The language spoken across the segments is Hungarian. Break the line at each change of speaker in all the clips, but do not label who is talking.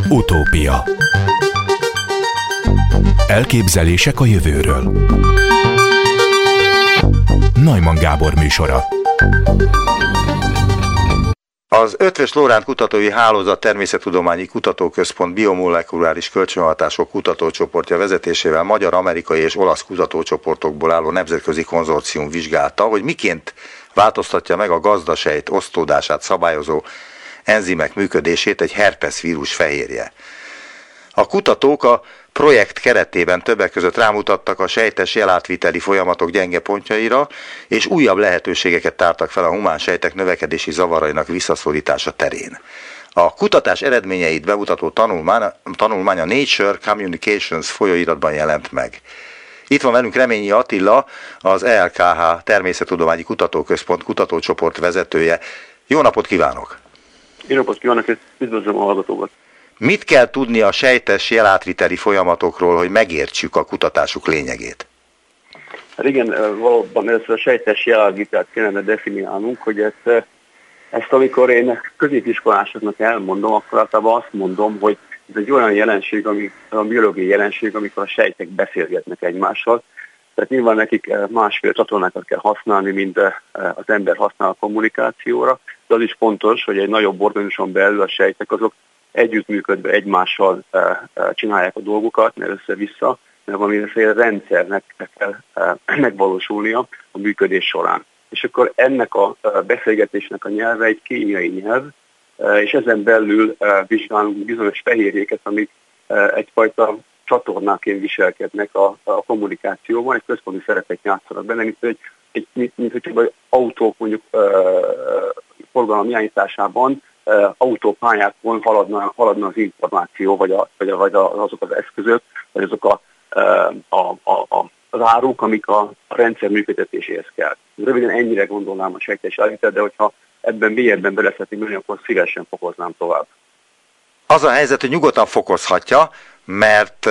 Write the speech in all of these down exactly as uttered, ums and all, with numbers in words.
Utópia. Elképzelések a jövőről. Neumann Gábor műsora.
Az Eötvös Loránd Kutatói Hálózat Természettudományi Kutatóközpont biomolekuláris kölcsönhatások kutatócsoportja vezetésével magyar, amerikai és olasz kutatócsoportokból álló nemzetközi konzorcium vizsgálta, hogy miként változtatja meg a gazdasejt osztódását szabályozó enzimek működését egy herpes vírus fehérje. A kutatók a projekt keretében többek között rámutattak a sejtes jelátviteli folyamatok gyenge pontjaira, és újabb lehetőségeket tártak fel a humán sejtek növekedési zavarainak visszaszorítása terén. A kutatás eredményeit bemutató tanulmány, tanulmány a Nature Communications folyóiratban jelent meg. Itt van velünk Reményi Attila, az E L K H Természettudományi Kutatóközpont kutatócsoport vezetője. Jó napot kívánok!
Jó napot kívánok, és üdvözlöm a hallgatókat!
Mit kell tudni a sejtes jelátviteli folyamatokról, hogy megértsük a kutatásuk lényegét?
Hát igen, valóban először a sejtes jelátvitelt kellene definiálnunk, hogy ezt, ezt amikor én középiskolásoknak elmondom, akkor általában azt mondom, hogy ez egy olyan jelenség, ami, a biológiai jelenség, amikor a sejtek beszélgetnek egymással. Tehát nyilván nekik másfél csatornákat kell használni, mint az ember használ a kommunikációra, de az is fontos, hogy egy nagyobb organizmuson belül a sejtek azok együttműködve egymással csinálják a dolgokat, mert össze-vissza, mert valamiféle rendszernek kell megvalósulnia a működés során. És akkor ennek a beszélgetésnek a nyelve egy kémiai nyelv, és ezen belül vizsgálunk bizonyos fehérjéket, amik egyfajta csatornáként viselkednek a, a kommunikációban, egy központi szerepet játszanak benne, mint hogy egy, mint, mint, hogy egy autók mondjuk forgalom irányításában autópályákon haladna, haladna az információ, vagy, a, vagy, a, vagy azok az eszközök, vagy azok a, a, a, a, az áruk, amik a, a rendszer működtetéséhez kell. Röviden ennyire gondolnám a sejtes jelátvitelt, de hogyha ebben mélyebben bele szeretnék menni, akkor szívesen fokoznám tovább.
Az a helyzet, hogy nyugodtan fokozhatja, mert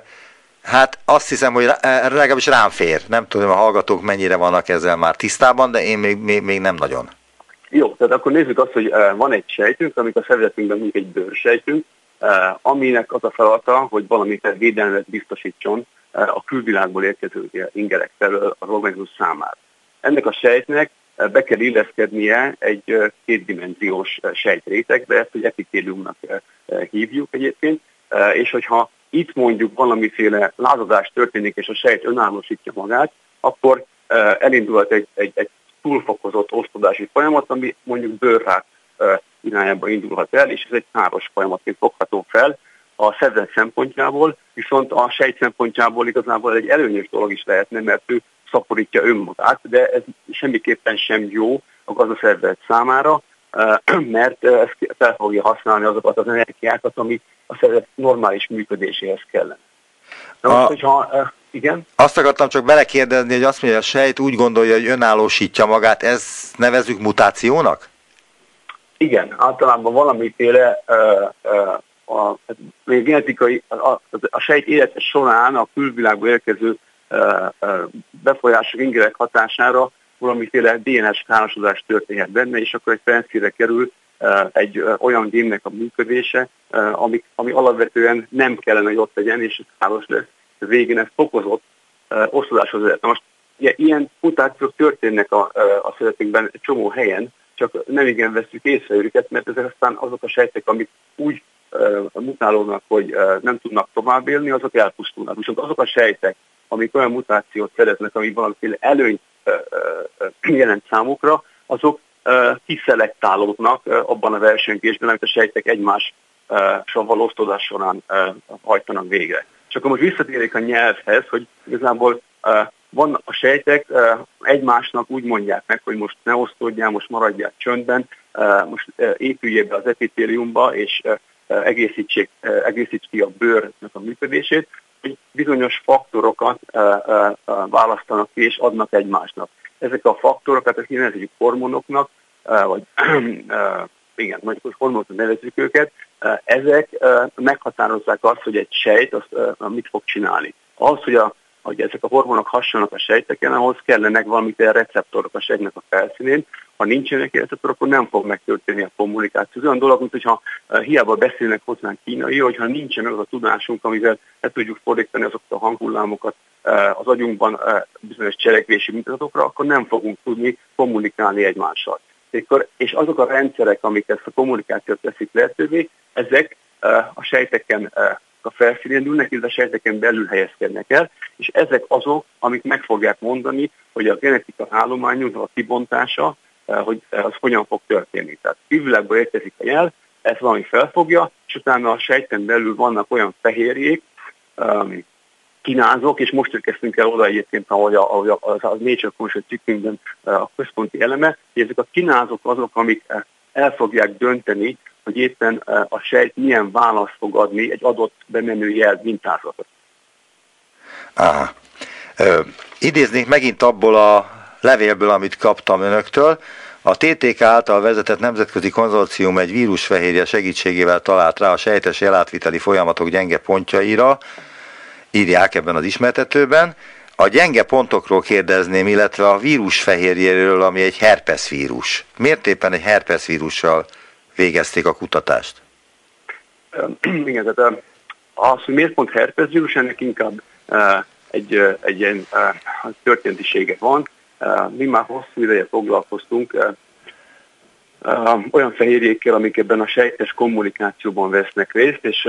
hát azt hiszem, hogy legalábbis rám fér. Nem tudom, a hallgatók mennyire vannak ezzel már tisztában, de én még, még, még nem nagyon. Jó,
tehát akkor nézzük azt, hogy van egy sejtünk, amik a szervezetünkben mondjuk egy bőrsejtünk, aminek az a feladata, hogy valamiféle védelmet biztosítson a külvilágból érkező ingerek felől az organizmus számára. Ennek a sejtnek be kell illeszkednie egy kétdimenziós sejtrétegbe, ezt egy epitéliumnak hívjuk egyébként, és hogyha itt mondjuk valamiféle lázadás történik, és a sejt önállósítja magát, akkor elindulhat egy, egy, egy túlfokozott osztódási folyamat, ami mondjuk bőrrák irányába indulhat el, és ez egy káros folyamatként fogható fel a szervezet szempontjából, viszont a sejt szempontjából igazából egy előnyös dolog is lehetne, mert ő szaporítja önmagát, de ez semmiképpen sem jó a gazdaszervezet számára, mert ez fel fogja használni azokat az energiákat, ami a szervezet normális működéséhez kellene. Na, most, hogyha, igen?
Azt akartam csak belekérdezni, hogy azt mondja, hogy a sejt úgy gondolja, hogy önállósítja magát, ezt nevezzük mutációnak?
Igen, általában valamiféle uh, uh, a, a genetikai, a, a, a sejt élete során a külvilágból érkező uh, uh, befolyások, ingerek hatására valamiféle dé en es károsodás történhet benne, és akkor egy felszínre kerül uh, egy uh, olyan génnek a működése, uh, ami, ami alapvetően nem kellene, hogy ott legyen, és káros lesz. Végén ez fokozott uh, osztozáshoz vezet. Most ugye, ilyen mutációk történnek a, a szervezetünkben egy csomó helyen, csak nem igen veszük észre őket, mert ezek aztán azok a sejtek, amik úgy uh, mutálódnak, hogy uh, nem tudnak tovább élni, azok elpusztulnak. Viszont azok a sejtek, amik olyan mutációt szereznek, amik valamiféle előnyt uh, uh, jelent számukra, azok uh, kiszelektálódnak uh, abban a versengésben, amit a sejtek egymással való osztódás során uh, hajtanak végre. És akkor most visszatérjük a nyelvhez, hogy igazából uh, van a sejtek, uh, egymásnak úgy mondják meg, hogy most ne osztódjál, most maradjál csöndben, uh, most uh, épüljél be az epitéliumba, és uh, egészítsék, uh, egészíts ki a bőrnek a működését, hogy bizonyos faktorokat uh, uh, választanak ki és adnak egymásnak. Ezek a faktorokat, ezt nevezzük hormonoknak, uh, vagy uh, igen, mondjuk hormonoknak nevezzük őket, ezek meghatározzák azt, hogy egy sejt az, mit fog csinálni. Az, hogy a hogy ezek a hormonok hasonlnak a sejteken, ahhoz kellenek valamiféle receptorok a sejtnek a felszínén. Ha nincsenek receptorok, akkor nem fog megtörténni a kommunikáció. Ez olyan dolog, mint hogyha hiába beszélnek hozzánk kínai, hogyha nincsen az a tudásunk, amivel le tudjuk fordítani azokat a hanghullámokat az agyunkban bizonyos cselekvési mintatokra, akkor nem fogunk tudni kommunikálni egymással. És azok a rendszerek, amik ezt a kommunikációt teszik lehetővé, ezek a sejteken a felszínén ülnek, illetve a sejteken belül helyezkednek el, és ezek azok, amik meg fogják mondani, hogy a genetika állományunk, a kibontása, hogy az hogyan fog történni. Tehát külvilágból érkezik a jel, ezt valami felfogja, és utána a sejten belül vannak olyan fehérjék, kinázok, és most érkeztünk el oda egyébként, ahogy a, ahogy a, a Nature Conscious cikkünkben a központi eleme, hogy ezek a kinázok azok, amik el fogják dönteni, hogy éppen a sejt milyen választ fog adni egy adott bemenő jel mintázatot.
Aha. Ö, idéznék megint abból a levélből, amit kaptam önöktől. A té té ká által vezetett nemzetközi konzorcium egy vírusfehérje segítségével talált rá a sejtes jelátviteli folyamatok gyenge pontjaira, írják ebben az ismertetőben. A gyenge pontokról kérdezném, illetve a vírusfehérjéről, ami egy herpeszvírus. Miért éppen egy herpeszvírussal végezték a kutatást?
Igen, tehát az, hogy miért pont herpeszvírus, ennek inkább egy, egy ilyen történetisége van. Mi már hosszú ideje foglalkoztunk olyan fehérjékkel, amik ebben a sejtes kommunikációban vesznek részt, és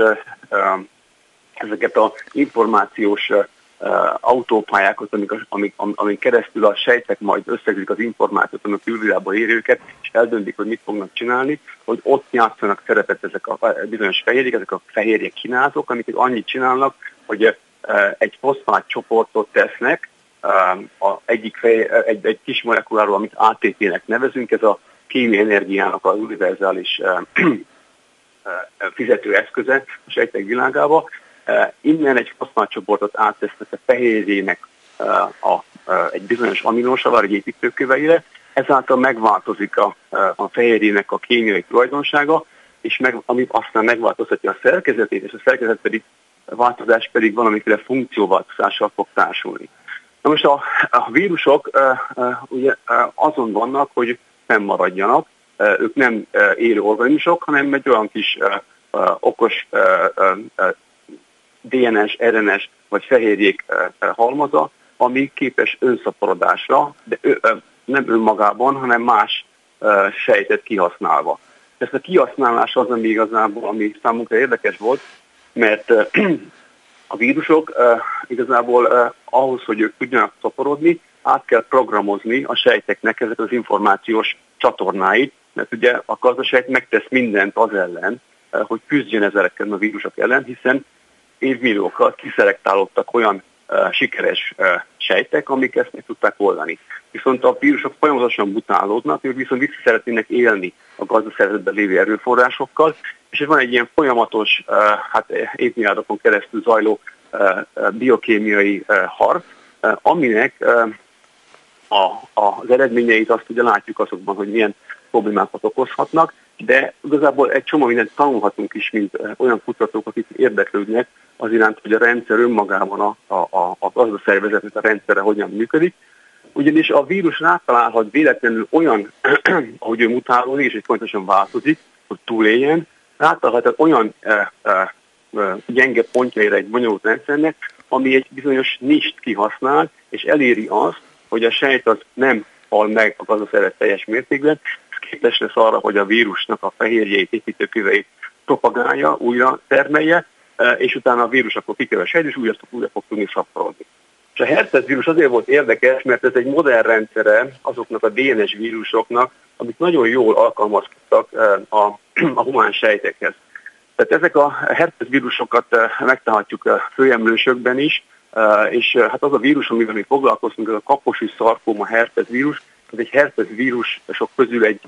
ezeket az információs autópályákat, amik, amik, amik keresztül a sejtek majd összegzik az információt, amik külvilágból ér őket, és eldöntik, hogy mit fognak csinálni, hogy ott játszanak szerepet ezek a bizonyos fehérjék, ezek a fehérjék kinázók, amik annyit csinálnak, hogy egy foszfát csoportot tesznek, a egyik fehér, egy, egy kis molekuláról, amit á té pé-nek nevezünk, ez a kémiai energiának az univerzális fizetőeszköze a sejtek világába. Innen egy foszfátcsoportot áttesznek a fehérjének a, a, egy bizonyos aminósavar, egy építőköveire, ezáltal megváltozik a, a fehérjének a kémiai tulajdonsága, és meg, ami aztán megváltoztatja a szerkezetét, és a szerkezet pedig, a változás pedig valamiféle funkcióváltozással fog társulni. Na most a, a vírusok uh, uh, ugye, uh, azon vannak, hogy nem maradjanak, uh, ők nem uh, élő organizmusok, hanem egy olyan kis uh, uh, okos uh, uh, dé en es, er en es vagy fehérjék uh, halmaza, ami képes önszaporodásra, de ő, uh, nem önmagában, hanem más uh, sejtet kihasználva. Ezt a kihasználás az, ami igazából, ami számunkra érdekes volt, mert uh, a vírusok uh, igazából uh, ahhoz, hogy ők tudjanak szaporodni, át kell programozni a sejteknek ezek az információs csatornáit, mert ugye a gazdasejt megtesz mindent az ellen, uh, hogy küzdjön ezekkel a vírusok ellen, hiszen évmilliókkal kiszelektálódtak olyan uh, sikeres uh, sejtek, amik ezt meg tudták oldani. Viszont a vírusok folyamatosan mutálódnak, ők viszont vissza szeretnének élni a gazdaszervezetben lévő erőforrásokkal, és ez van egy ilyen folyamatos, uh, hát évmilliárdokon keresztül zajló uh, biokémiai uh, harc, uh, aminek uh, a, a, az eredményeit azt ugye látjuk azokban, hogy milyen problémákat okozhatnak, de igazából egy csomó mindent tanulhatunk is, mint uh, olyan kutatók, akik érdeklődnek az iránt, hogy a rendszer önmagában a, a, a, a gazdaszervezetnek a rendszere hogyan működik. Ugyanis a vírus rátalálhat véletlenül olyan, ahogy ő mutálódik, és egy pontosan változik, hogy túléljen, rátalálhat olyan e, e, e, gyenge pontjaira egy bonyolult rendszernek, ami egy bizonyos nist kihasznál, és eléri azt, hogy a sejt az nem hal meg a gazdaszervezet teljes mértékben, ez képes lesz arra, hogy a vírusnak a fehérjeit, építőköveit propagálja, újra termelje, e, és utána a vírus akkor kikerül a sejt, és újra, újra fog tudni szaporodni. És a herpeszvírus azért volt érdekes, mert ez egy modern rendszere azoknak a dé en es vírusoknak, amik nagyon jól alkalmazkodtak a, a humán sejtekhez. Tehát ezek a herpeszvírusokat megtalálhatjuk a főemlősökben is, és hát az a vírus, amivel mi foglalkoztunk, ez a kaposi szarkóma herpeszvírus, ez egy herpeszvírusok közül egy,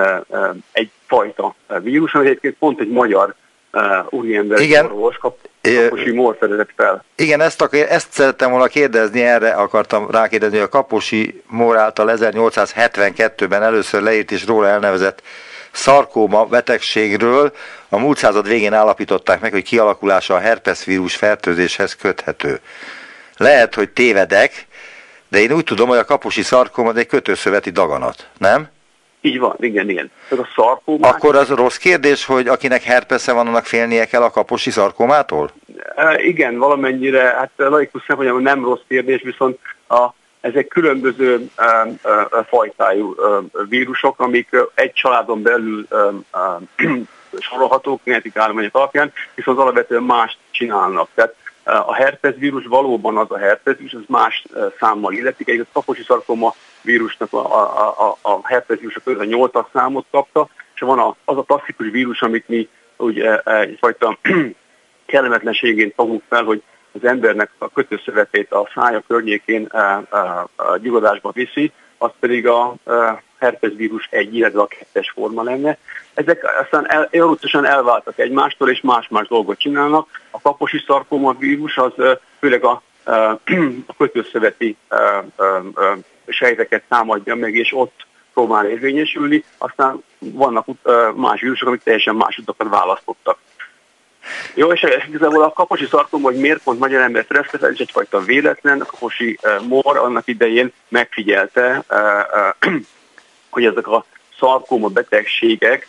egy fajta vírus, ami egyébként pont egy magyar Uh, úriember orvos, kap, Kaposi Mór fedezett fel.
Igen, ezt, akar, ezt szerettem volna kérdezni, erre akartam rákérdezni, hogy a Kaposi Mór által ezernyolcszázhetvenkettőben először leírt és róla elnevezett szarkóma betegségről a múlt század végén állapították meg, hogy kialakulása a herpeszvírus fertőzéshez köthető. Lehet, hogy tévedek, de én úgy tudom, hogy a kaposi szarkóma egy kötőszöveti daganat, nem?
Így van, igen, igen. Ez a szarkómák...
Akkor az rossz kérdés, hogy akinek herpesze van, annak félnie kell a kaposi szarkómától?
E, igen, valamennyire, hát laikus szempontjából nem rossz kérdés, viszont a, ezek különböző e, e, fajtájú e, vírusok, amik egy családon belül e, e, sorolhatók genetikai állományok alapján, viszont alapvetően mást csinálnak. Tehát a herpes vírus valóban az a herpes vírus, az más számmal illetik. Egy kaposi szarkóma vírusnak a, a, a, a herpes vírus a nyolcas számot kapta, és van a, az a klasszikus vírus, amit mi úgy egyfajta kellemetlenségén fogunk fel, hogy az embernek a kötőszövetét a szája környékén gyulladásba viszi, az pedig a herpes vírus egy, illetve a kettes forma lenne. Ezek aztán el, evolúciósan elváltak egymástól, és más-más dolgot csinálnak. A kaposi szarkóma vírus az főleg a, a kötőszöveti sejteket támadja meg, és ott próbál érvényesülni. Aztán vannak más vírusok, amik teljesen más utakat választottak. Jó, és igazából a kaposi szarkóma, hogy miért pont magyar ember szerezte, ez egyfajta véletlen. A kaposi mor annak idején megfigyelte, hogy ezek a szarkóma betegségek,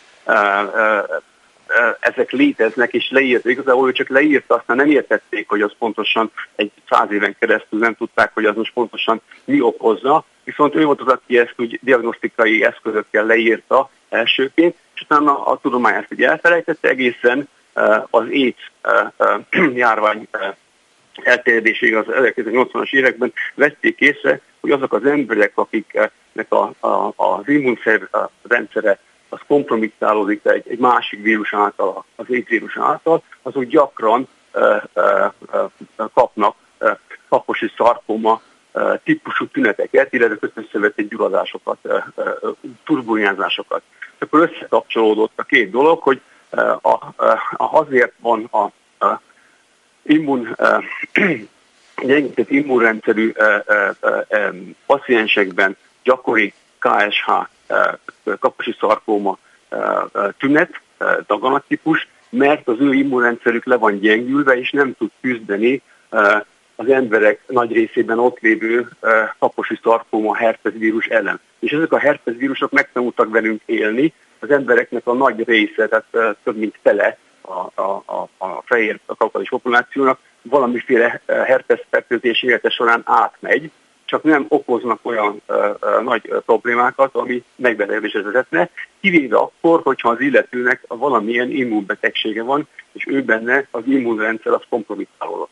ezek léteznek, és leírta. Igazából ő csak leírta, aztán nem értették, hogy az pontosan egy száz éven keresztül nem tudták, hogy az most pontosan mi okozza. Viszont ő volt az, aki ezt úgy diagnosztikai eszközökkel leírta elsőként, és utána a tudomány ezt így elfelejtette egészen az AIDS járvány elterjedéséig az ezerkilencszáznyolcvanas években vették észre, hogy azok az emberek, akiknek a, a, az immunrendszere az kompromittálódik egy, egy másik vírus által, az AIDS vírus által, azok gyakran uh, uh, uh, kapnak uh, kaposi szarkóma uh, típusú tüneteket, illetve kötőszöveti gyulladásokat, uh, uh, turbuljázásokat. Akkor összekapcsolódott a két dolog, hogy uh, a, a, azért van a, a immun, uh, gyengített immunrendszerű uh, uh, uh, paciensekben gyakori ká es há, kaposi szarkóma tünet, daganattípus, mert az ő immunrendszerük le van gyengülve, és nem tud küzdeni az emberek nagy részében ott lévő kaposi szarkóma herpes vírus ellen. És ezek a herpes vírusok megtanultak velünk élni, az embereknek a nagy része, tehát több mint fele a, a, a, a fehér kaukázus populációnak valamiféle herpes fertőzés élete során átmegy, csak nem okoznak olyan uh, uh, nagy uh, problémákat, ami megbetegedéshez vezetne, kivéve akkor, hogyha az illetőnek valamilyen immunbetegsége van, és ő benne az immunrendszer az kompromittálódott.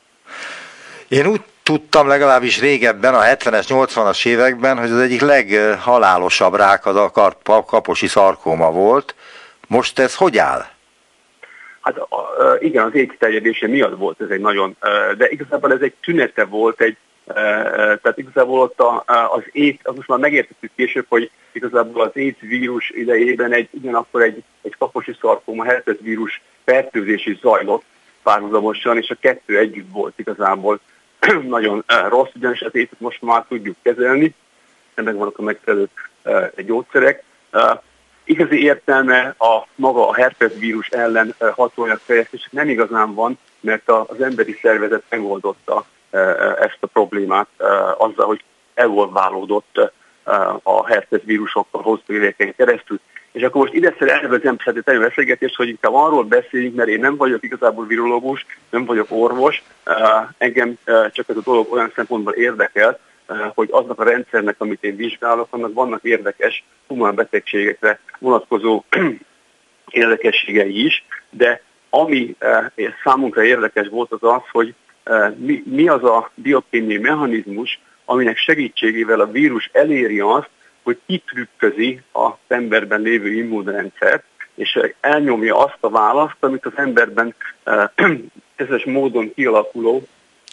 Én úgy tudtam legalábbis régebben, a hetvenes, nyolcvanas években, hogy az egyik leghalálosabb rák az a kaposi szarkóma volt. Most ez hogy áll?
Hát uh, igen, az AIDS terjedése miatt volt ez egy nagyon, uh, de igazából ez egy tünete volt, egy tehát igazából ott az AIDS, az most már megértettük később, hogy igazából az AIDS vírus idejében egy, ugyanakkor egy, egy kaposi szarkóma herpes vírus fertőzés is zajlott párhuzamosan, és a kettő együtt volt igazából nagyon rossz, ugyanis az AIDS-et most már tudjuk kezelni, ennek vannak a megfelelő gyógyszerek. Igazi értelme a maga a herpes vírus ellen hatóanyag fejlesztések nem igazán van, mert az emberi szervezet megoldotta ezt a problémát azzal, hogy evolválódott a herpes vírusokkal hosszú éveken keresztül. És akkor most ide elvezem egy beszélgetést, hogy inkább arról beszéljünk, mert én nem vagyok igazából virológus, nem vagyok orvos, engem csak ez a dolog olyan szempontból érdekel, hogy aznak a rendszernek, amit én vizsgálok, annak vannak érdekes humán betegségekre vonatkozó érdekességei is, de ami számunkra érdekes volt az az, hogy Mi, mi az a biokémiai mechanizmus, aminek segítségével a vírus eléri azt, hogy kitrükközi az emberben lévő immunrendszert, és elnyomja azt a választ, amit az emberben ezes módon kialakuló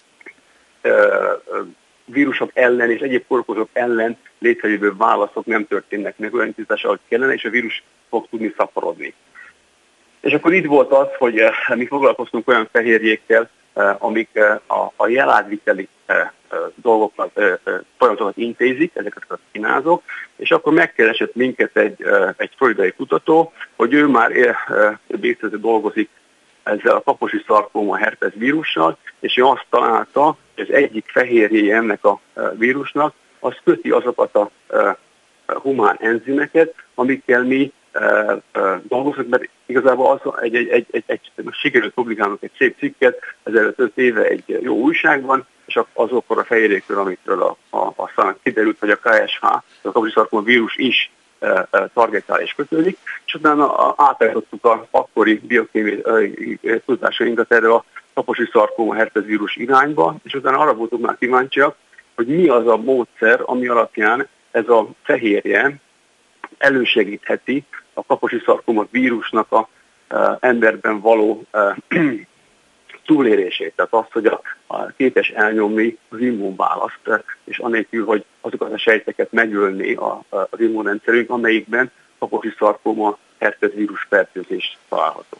vírusok ellen és egyéb kórokozók ellen létrejövő válaszok nem történnek meg olyan intenzítással, ahogy kellene, és a vírus fog tudni szaporodni. És akkor itt volt az, hogy mi foglalkoztunk olyan fehérjékkel, amik a, a jelátviteli dolgokat, folyamatokat intézik, ezeket a kínázók, és akkor megkeresett minket egy, egy floridai kutató, hogy ő már több évtizede dolgozik ezzel a kaposi szarkóma herpes vírussal, és és ő azt találta, hogy az egyik fehérjéje ennek a vírusnak, az köti azokat a humán enzimeket, amikkel mi dolgozunk, mert igazából az egy, egy, egy, egy, egy sikerült publikálnunk egy szép cikket, ezelőtt öt éve egy jó újságban, és azokról a fehérjékről, amikről a, a, aztán kiderült, hogy a ká es há, a kaposi-szarkóma vírus is e, e, targetál és kötődik, és utána átállítottuk az akkori biokémiai tudásainkat erre a kaposi-szarkóma herpes vírus irányba, és utána arra voltunk már kíváncsiak, hogy mi az a módszer, ami alapján ez a fehérje elősegítheti a kaposi-szarkóma vírusnak a e, emberben való e, túlélését, tehát azt, hogy a, a képes elnyomni az immunválaszt, és anélkül, hogy azokat a sejteket megölni a, a, az immunrendszerünk, amelyikben kaposi-szarkóma herpes vírus fertőzés található.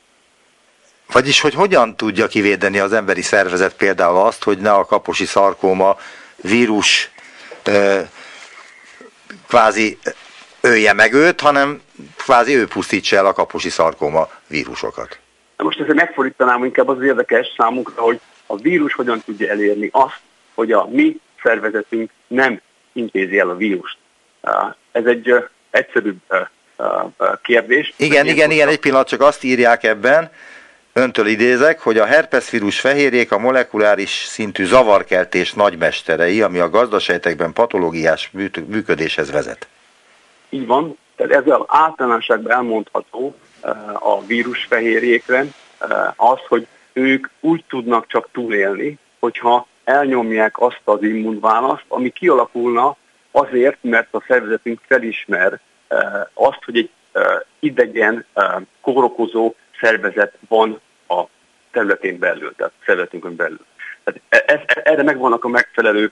Vagyis, hogy hogyan tudja kivédeni az emberi szervezet például azt, hogy ne a kaposi-szarkóma vírus e, kvázi ölje meg őt, hanem kvázi ő pusztítsa el a kaposi-szarkóma vírusokat.
Most ezzel megfordítanám inkább az érdekes számunkra, hogy a vírus hogyan tudja elérni azt, hogy a mi szervezetünk nem intézi el a vírust. Ez egy egyszerűbb kérdés.
Igen, igen, igen, egy pillanat, csak azt írják ebben, öntől idézek, hogy a herpesvírus fehérjék a molekuláris szintű zavarkeltés nagymesterei, ami a gazdassejtekben patológiás működéshez vezet.
Így van, tehát ezzel általánosságban elmondható a vírusfehérjékre az, hogy ők úgy tudnak csak túlélni, hogyha elnyomják azt az immunválaszt, ami kialakulna azért, mert a szervezetünk felismer azt, hogy egy idegen, kórokozó szervezet van a területén belül, tehát a szervezetünkön belül. Tehát ez, erre megvannak a megfelelő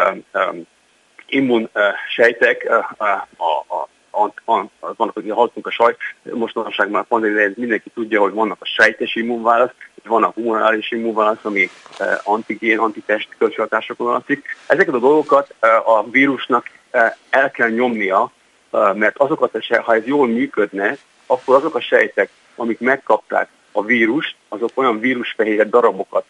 immunsejtek, a, a vannak, hogy hallottunk a sajt, mostanság már pandémiában mindenki tudja, hogy vannak a sejtes immunválasz, és vannak a humorális immunválasz, ami antigén, antitest kölcsönhatásokon alapszik. Ezeket a dolgokat a vírusnak el kell nyomnia, mert azokat, ha ez jól működne, akkor azok a sejtek, amik megkapták a vírust, azok olyan vírusfehérje darabokat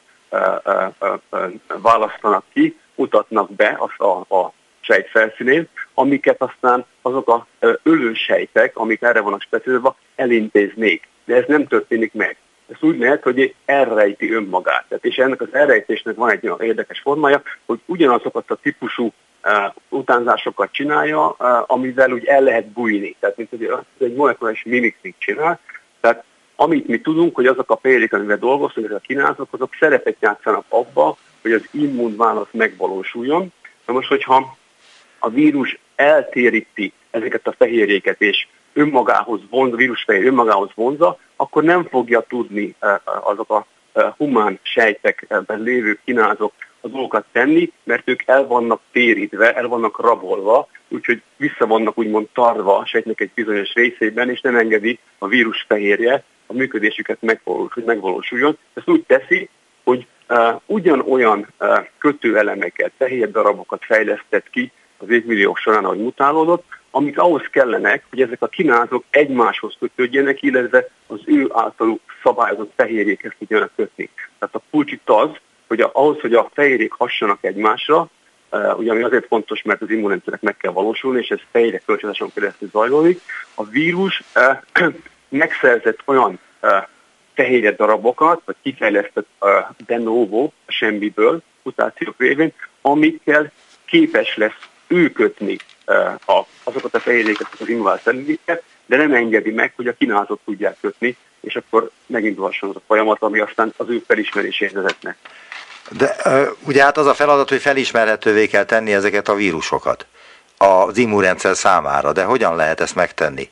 választanak ki, mutatnak be a, a, a sejt felszínén, amiket aztán azok a ölősejtek, amik erre vannak specializálva, elintéznék. De ez nem történik meg. Ez úgy lehet, hogy elrejti önmagát. Tehát, és ennek az elrejtésnek van egy olyan érdekes formája, hogy ugyanazokat a típusú uh, utánzásokat csinálja, uh, amivel úgy el lehet bújni. Tehát, mint hogy egy molekuláris mimikrit csinál. Tehát, amit mi tudunk, hogy azok a fehérjék, amivel dolgozunk, ezek a kínálatok, azok szerepet játszanak abba, hogy az immunválasz megvalósuljon. Na most, hogyha a vírus eltéríti ezeket a fehérjéket, és önmagához vonz, a vírusfehérje önmagához vonza, akkor nem fogja tudni azok a humán sejtekben lévő kínálatok a dolgokat tenni, mert ők el vannak térítve, el vannak rabolva, úgyhogy vissza vannak úgymond tarva a sejtnek egy bizonyos részében, és nem engedi a vírusfehérje a működésüket megvalósul, hogy megvalósuljon. Ezt úgy teszi, hogy uh, ugyanolyan uh, kötőelemeket, fehérjedarabokat fejlesztett ki az évmilliók során, ahogy mutálódott, amik ahhoz kellenek, hogy ezek a kínálatok egymáshoz kötődjenek, illetve az ő általuk szabályozott fehérjékhez tudjanak kötni. Tehát a kulcs itt az, hogy a, ahhoz, hogy a fehérjék hassanak egymásra, uh, ugye ami azért fontos, mert az immunrendszernek meg kell valósulni, és ez fehérjék kölcsönhatáson keresztül zajlódik, a vírus uh, megszerzett olyan uh, fehérje darabokat, vagy kifejlesztett uh, de novo, a semmiből, mutációk révén, amikkel képes lesz ő kötni uh, a, azokat a fehérjéket, az invál szervezeteket, de nem engedi meg, hogy a kínálatot tudják kötni, és akkor megindulhasson az a folyamat, ami aztán az ő felismeréséhez vezetne.
De uh, ugye hát az a feladat, hogy felismerhetővé kell tenni ezeket a vírusokat az immunrendszer számára, de hogyan lehet ezt megtenni?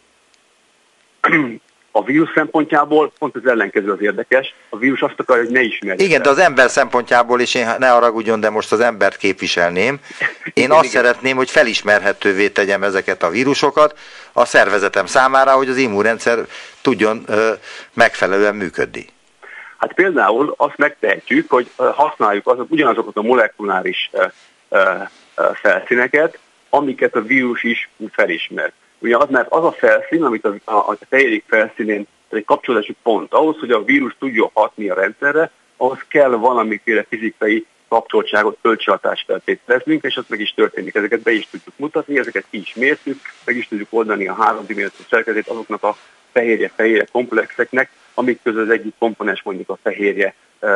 A vírus szempontjából pont az ellenkező az érdekes. A vírus azt akarja, hogy ne ismerjük.
Igen, de az ember szempontjából is, én ne haragudjon, de most az embert képviselném. Én igen, azt igen. szeretném, hogy felismerhetővé tegyem ezeket a vírusokat a szervezetem számára, hogy az immunrendszer tudjon ö, megfelelően működni.
Hát például azt megtehetjük, hogy használjuk azok, ugyanazokat a molekuláris ö, ö, felszíneket, amiket a vírus is felismer. Ugye az, mert az a felszín, amit a, a, a fehérjék felszínén egy kapcsolási pont ahhoz, hogy a vírus tudjon hatni a rendszerre, ahhoz kell valamiféle fizikai kapcsoltságot, kölcsönhatást feltételeznünk, és az meg is történik. Ezeket be is tudjuk mutatni, ezeket ki is mértük, meg is tudjuk oldani a háromdimenziós szerkezetét azoknak a fehérje-fehérje komplexeknek, amik közül az egyik komponens mondjuk a fehérje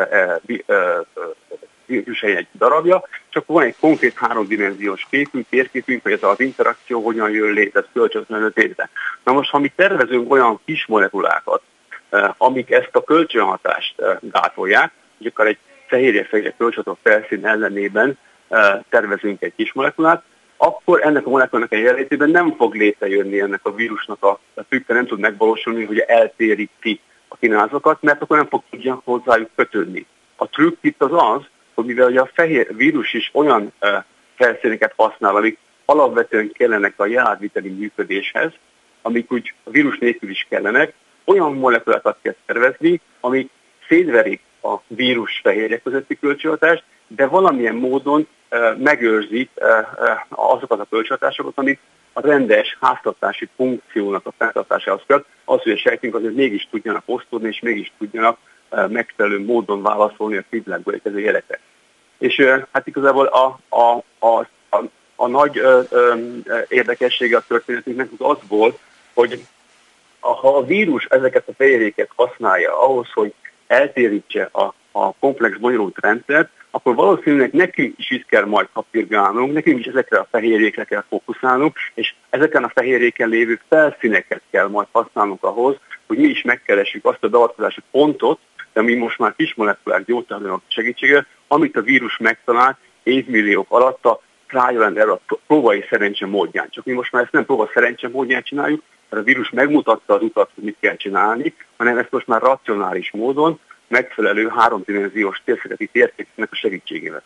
vírushely egy darabja, csak van egy konkrét háromdimenziós képünk, térképünk, hogy ez az interakció hogyan jön létre, ez kölcsönösen létre. Na most, ha mi tervezünk olyan kis molekulákat, amik ezt a kölcsönhatást gátolják, hogy akár egy fehérje-fehérje kölcsönható felszín ellenében tervezünk egy kis molekulát, akkor ennek a molekulának a jelenlétében nem fog létrejönni ennek a vírusnak a trükkje, nem tud megvalósulni, hogy eltéríti a kínázatokat, mert akkor nem fog tudja hozzájuk kötődni. A trükk itt az az, hogy mivel ugye a fehér vírus is olyan uh, felszíneket használ, amik alapvetően kellenek a jelátviteli működéshez, amik úgy a vírus nélkül is kellenek, olyan molekulákat kell tervezni, amik szétverik a vírus fehérje közötti kölcsönhatást, de valamilyen módon uh, megőrzik uh, uh, azokat a kölcsönhatásokat, amik a rendes háztartási funkciónak a fenntartásához kell, az, hogy a sejtünk azért mégis tudjanak osztódni, és mégis tudjanak uh, megfelelő módon válaszolni a vízvilágból érkező jelekre. És uh, hát igazából a, a, a, a, a nagy uh, um, érdekessége a történetünknek az volt, hogy ha a vírus ezeket a fehérjéket használja ahhoz, hogy eltérítse a, a komplex bonyolult rendszert, akkor valószínűleg nekünk is itt kell majd kapirgálnunk, nekünk is ezekre a fehérjékre kell fókuszálnunk, és ezeken a fehérjéken lévő felszíneket kell majd használnunk ahhoz, hogy mi is megkeressük azt a beavatkozási pontot, de mi most már kis molekulák gyógyszertanulók segítségével, amit a vírus megtalált évmilliók alatt a trial and error, próbai szerencse módján. Csak mi most már ezt nem próba szerencse módján csináljuk, mert a vírus megmutatta az utat, hogy mit kell csinálni, hanem ezt most már racionális módon, megfelelő háromdimenziós térszegeti térképnek a segítségével.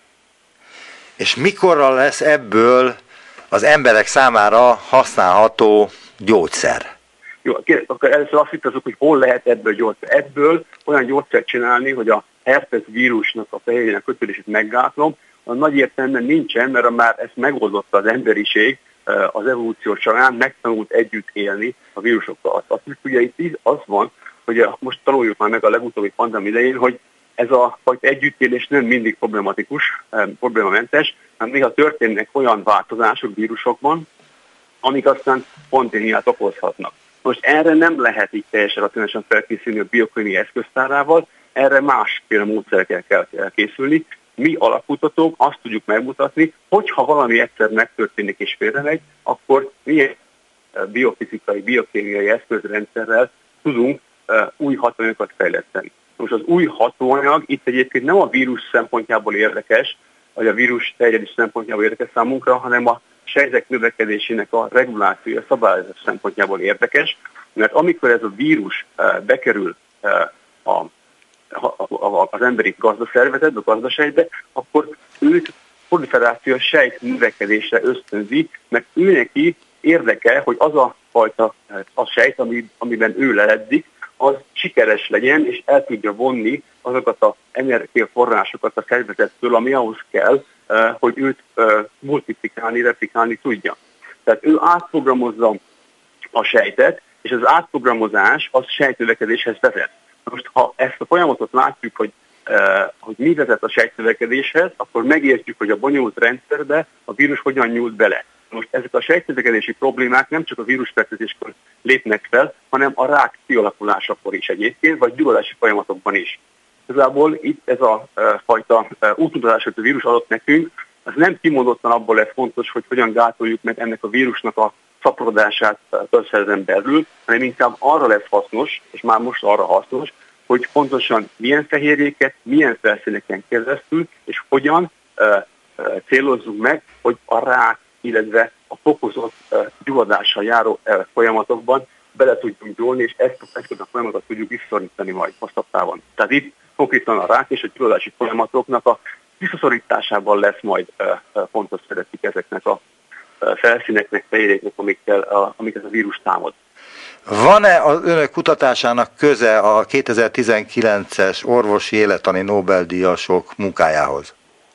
És mikorra lesz ebből az emberek számára használható gyógyszer?
Jó, akkor először azt hittazok, hogy hol lehet ebből gyógyszer. Ebből olyan gyógyszert csinálni, hogy a herpes vírusnak a fehérjének kötődését meggátlom, a nagy értelemben nincsen, mert már ezt megoldotta az emberiség az evolúció során, megtanult együtt élni a vírusokkal. Azt ugye itt az van, hogy most tanuljuk már meg a legutóbbi pandémia idején, hogy ez a fajta együttélés nem mindig problematikus, problémamentes, hanem néha történnek olyan változások vírusokban, amik aztán pandémiát okozhatnak. Most erre nem lehet így teljesen racionálisan felkészülni a biokémiai eszköztárával, erre másféle módszerekkel kell készülni. Mi alapkutatók azt tudjuk megmutatni, hogyha valami egyszer megtörténik és félremegy, akkor milyen biofizikai, biokémiai eszközrendszerrel tudunk új hatóanyagokat fejleszteni. Most az új hatóanyag itt egyébként nem a vírus szempontjából érdekes, vagy a vírus terjedés szempontjából érdekes számunkra, hanem a sejtek növekedésének a regulációja, szabályozás szempontjából érdekes, mert amikor ez a vírus bekerül a, az emberi gazdaszervezetbe, a gazdaságba, akkor őt proliferációs sejt növekedésre ösztönzi, mert ő neki érdeke, hogy az a fajta a sejt, amiben ő leledzik, az sikeres legyen, és el tudja vonni azokat az energiaforrásokat a szervezettől, ami ahhoz kell, hogy őt multiplikálni, replikálni tudja. Tehát ő átprogramozza a sejtet, és az átprogramozás az sejtnövekedéshez vezet. Most, ha ezt a folyamatot látjuk, hogy, hogy mi vezet a sejtnövekedéshez, akkor megértjük, hogy a bonyolult rendszerbe a vírus hogyan nyúlt bele. Most ezek a sejtnövekedési problémák nem csak a vírusfertőzéskor lépnek fel, hanem a rák kialakulásakor is egyébként, vagy gyulladási folyamatokban is. Igazából itt ez a e, fajta e, útmutatás, hogy a vírus adott nekünk, az nem kimondottan abból lesz fontos, hogy hogyan gátoljuk meg ennek a vírusnak a szaporodását közszerzen belül, hanem inkább arra lesz hasznos, és már most arra hasznos, hogy pontosan milyen fehérjéket, milyen felszíneken keresztül, és hogyan e, e, célozzunk meg, hogy a rák, illetve a fokozott uh, gyulladással járó uh, folyamatokban bele tudjunk gyúlni, és ezt, ezt a folyamatot tudjuk visszaszorítani majd hosszabb távon. Tehát itt konkrétan a rák és a gyulladási folyamatoknak a visszaszorításában lesz majd uh, uh, fontos szerepük ezeknek a uh, felszíneknek, fehérjéknek, amikkel, uh, amiket a vírus támad.
Van-e az önök kutatásának köze a kétezer-tizenkilences orvosi élettani Nobel-díjasok munkájához?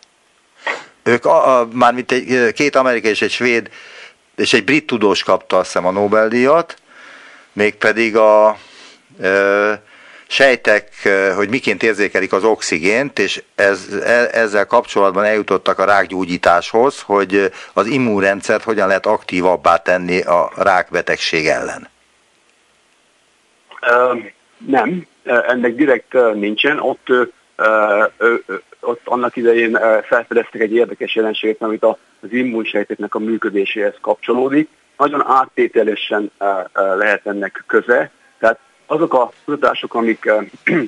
Ők, a, a, mármint egy, két amerikai és egy svéd és egy brit tudós kapta azt hiszem a Nobel-díjat, mégpedig a e, sejtek, hogy miként érzékelik az oxigént, és ez, ezzel kapcsolatban eljutottak a rákgyógyításhoz, hogy az immunrendszert hogyan lehet aktívabbá tenni a rákbetegség ellen.
Uh, nem, ennek direkt uh, nincsen. Ott, uh, uh, ott annak idején uh, felfedeztek egy érdekes jelenséget, amit az immunsejteknek a működéséhez kapcsolódik. Nagyon áttételesen uh, uh, lehet ennek köze. Tehát azok a kutatások, amik, uh,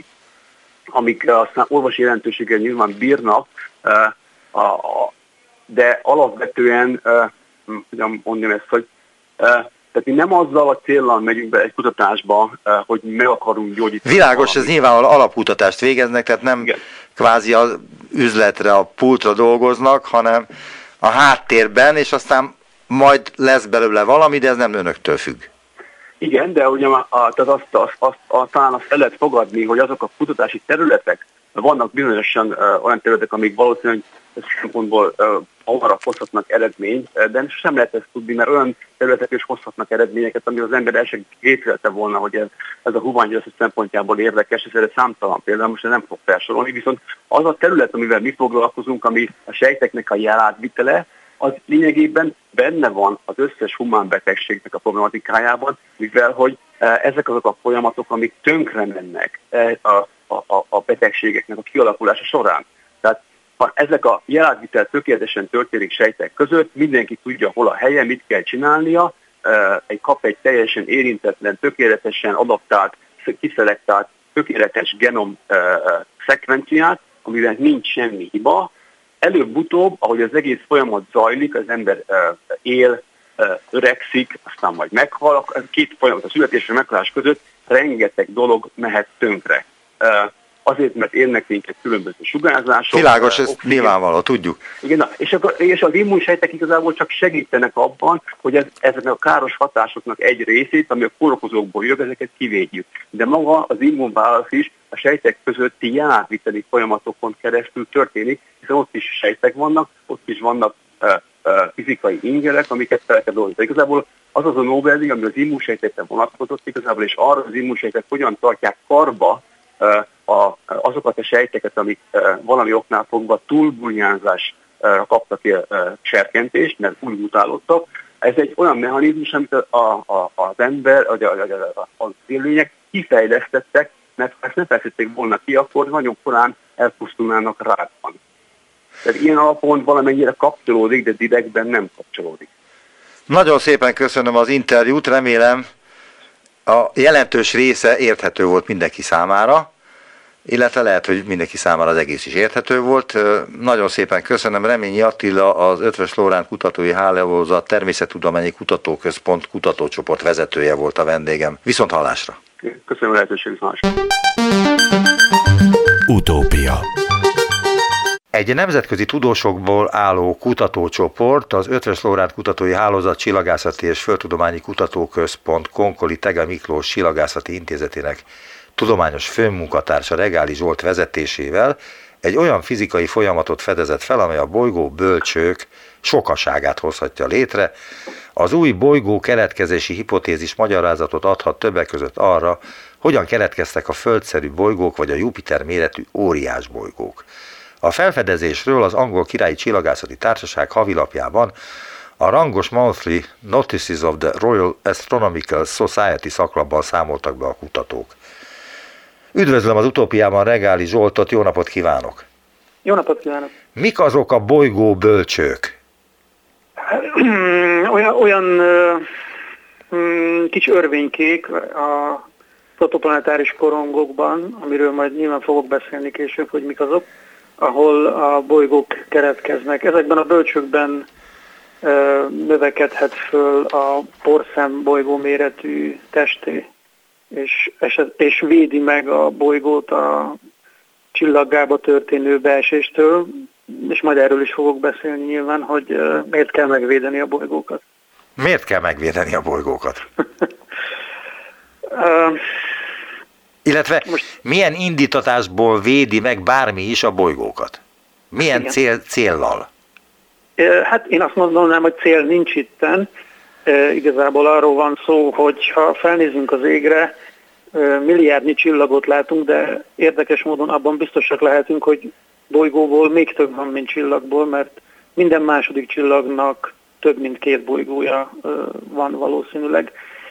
amik uh, aztán orvosi jelentőséggel nyilván bírnak, uh, uh, de alapvetően, uh, hogyan mondjam ezt, hogy uh, tehát mi nem azzal a céllal megyünk be egy kutatásba, hogy meg akarunk gyógyítani.
Világos, valamit. Ez nyilvánvalóan alapkutatást végeznek, tehát nem Igen. kvázi az üzletre, a pultra dolgoznak, hanem a háttérben, és aztán majd lesz belőle valami, de ez nem önöktől függ. Igen, de ugye a, tehát azt, azt, azt, azt, talán azt el lehet fogadni, hogy azok a kutatási területek, vannak bizonyosan uh, olyan területek, amik valószínűleg szempontból uh, arra hozhatnak eredményt, de sem lehet ezt tudni, mert olyan területek is hozhatnak eredményeket, amire az ember el sem képzelte volna, hogy ez, ez a huványgyógyászat szempontjából érdekes, ez számtalan például, most nem fog felsorolni, viszont az a terület, amivel mi foglalkozunk, ami a sejteknek a jelátvitele, az lényegében benne van az összes humán betegségnek a problematikájában, mivel hogy ezek azok a folyamatok, amik tönkre mennek a, a, a betegségeknek a kialakulása során. Tehát ha ezek a jelátvitel tökéletesen történik sejtek között, mindenki tudja, hol a helye, mit kell csinálnia, egy kap egy teljesen érintetlen, tökéletesen adaptált, kiszelektált, tökéletes genom szekvenciát, amivel nincs semmi hiba. Előbb-utóbb, ahogy az egész folyamat zajlik, az ember él, öregszik, aztán majd meghal, két folyamat, a születés és a meghalás között rengeteg dolog mehet tönkre. Azért, mert érnek minket különböző sugárzások. Világos, ez oxigén. Nyilvánvaló, tudjuk.
Igen, na, és, akkor, és az immunsejtek igazából csak segítenek abban, hogy ez, ezeknek a káros hatásoknak egy részét, ami a kórokozókból jön, ezeket kivédjük. De maga az immunválasz is a sejtek közötti jelátviteli folyamatokon keresztül történik, hiszen ott is sejtek vannak, ott is vannak uh, uh, fizikai ingerek, amiket fel kell dolgozni. Igazából az az a Nobel-díj, ami az immunsejtekre vonatkozott igazából, és arra az immunsejtek hogyan tartják karba A, azokat a sejteket, amik e, valami oknál fogva túlburjánzásra kaptak e, serkentést, mert úgy mutálódtak. Ez egy olyan mechanizmus, amit a, a, az ember, a, a, a, az élőlények kifejlesztettek, mert ha ezt nem fejlesztették volna ki, akkor nagyon korán elpusztulnának rákban. Tehát ilyen alapon valamennyire kapcsolódik, de direktben nem kapcsolódik.
Nagyon szépen köszönöm az interjút, remélem a jelentős része érthető volt mindenki számára, illetve lehet, hogy mindenki számára az egész is érthető volt. Nagyon szépen köszönöm. Reményi Attila, az Eötvös Loránd Kutatói Hálózat Természettudományi Kutatóközpont kutatócsoport vezetője volt a vendégem. Viszont hallásra!
Köszönöm a lehetőséget, hallásra!
Utópia.
Egy nemzetközi tudósokból álló kutatócsoport, az Eötvös Loránd Kutatói Hálózat Csillagászati és Földtudományi Kutatóközpont Konkoli Tege Miklós Csillagászati Intézetének tudományos főmunkatársa Regáli Zsolt vezetésével egy olyan fizikai folyamatot fedezett fel, amely a bolygó bölcsők sokaságát hozhatja létre. Az új bolygó keletkezési hipotézis magyarázatot adhat többek között arra, hogyan keletkeztek a földszerű bolygók vagy a Jupiter méretű óriás bolygók. A felfedezésről az Angol Királyi Csillagászati Társaság havilapjában a rangos Monthly Notices of the Royal Astronomical Society szaklapban számoltak be a kutatók. Üdvözlöm az Utópiában Regáli Zsoltot, jó napot kívánok!
Jó napot kívánok! Mik
azok a bolygó bölcsők?
olyan olyan uh, kis örvénykék a protoplanetáris korongokban, amiről majd nyilván fogok beszélni később, hogy mik azok, ahol a bolygók keletkeznek. Ezekben a bölcsőkben uh, növekedhet föl a porszem bolygó méretű testé, és, és védi meg a bolygót a csillaggába történő beeséstől, és majd erről is fogok beszélni nyilván, hogy uh, miért kell megvédeni a bolygókat.
Miért kell megvédeni a bolygókat?
uh,
Illetve most milyen indítatásból védi meg bármi is a bolygókat? Milyen cél, céllal?
Uh, hát én azt mondanám, hogy cél nincs itten. Uh, igazából arról van szó, hogy ha felnézünk az égre, milliárdnyi csillagot látunk, de érdekes módon abban biztosak lehetünk, hogy bolygóból még több van, mint csillagból, mert minden második csillagnak több mint két bolygója van valószínűleg.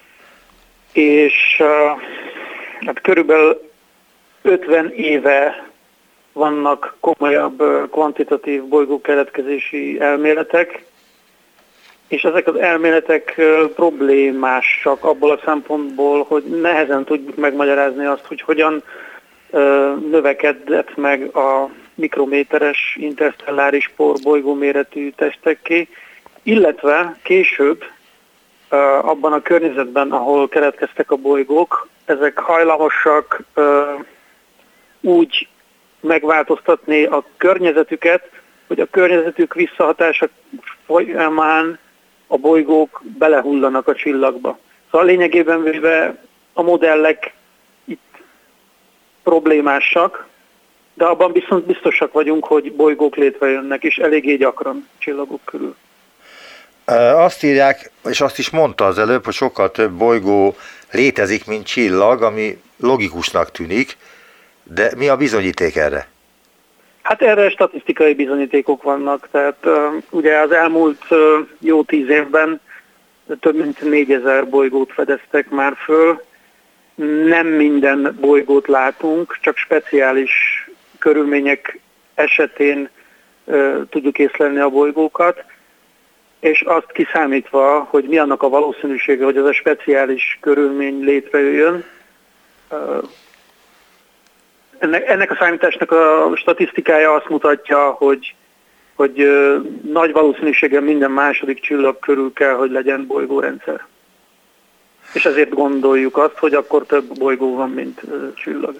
És hát körülbelül ötven éve vannak komolyabb kvantitatív bolygókeletkezési elméletek, és ezek az elméletek problémásak abból a szempontból, hogy nehezen tudjuk megmagyarázni azt, hogy hogyan növekedett meg a mikrométeres interstelláris por bolygóméretű testekké, illetve később abban a környezetben, ahol keletkeztek a bolygók, ezek hajlamosak úgy megváltoztatni a környezetüket, hogy a környezetük visszahatása folyamán a bolygók belehullanak a csillagba. Szóval lényegében véve a modellek itt problémásak, de abban viszont biztosak vagyunk, hogy bolygók létrejönnek, és eléggé gyakran csillagok körül.
Azt írják, és azt is mondta az előbb, hogy sokkal több bolygó létezik, mint csillag, ami logikusnak tűnik, de mi a bizonyíték erre?
Hát erre statisztikai bizonyítékok vannak, tehát uh, ugye az elmúlt uh, jó tíz évben több mint négyezer bolygót fedeztek már föl. Nem minden bolygót látunk, csak speciális körülmények esetén uh, tudjuk észlelni a bolygókat, és azt kiszámítva, hogy mi annak a valószínűsége, hogy ez a speciális körülmény létrejöjjön. Uh, ennek, ennek a számításnak a statisztikája azt mutatja, hogy, hogy uh, nagy valószínűséggel minden második csillag körül kell, hogy legyen bolygórendszer. És ezért gondoljuk azt, hogy akkor több bolygó van, mint uh, csillag.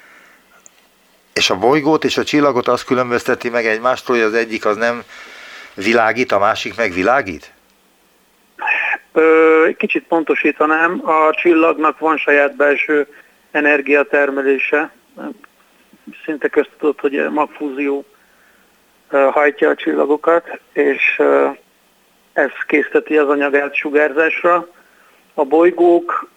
És a bolygót és a csillagot azt különbözteti meg egymástól, hogy az egyik az nem világít, a másik meg világít?
Ö, kicsit pontosítanám, a csillagnak van saját belső energiatermelése. Szinte köztudott, hogy magfúzió hajtja a csillagokat, és ez készteti az anyagát sugárzásra. A bolygók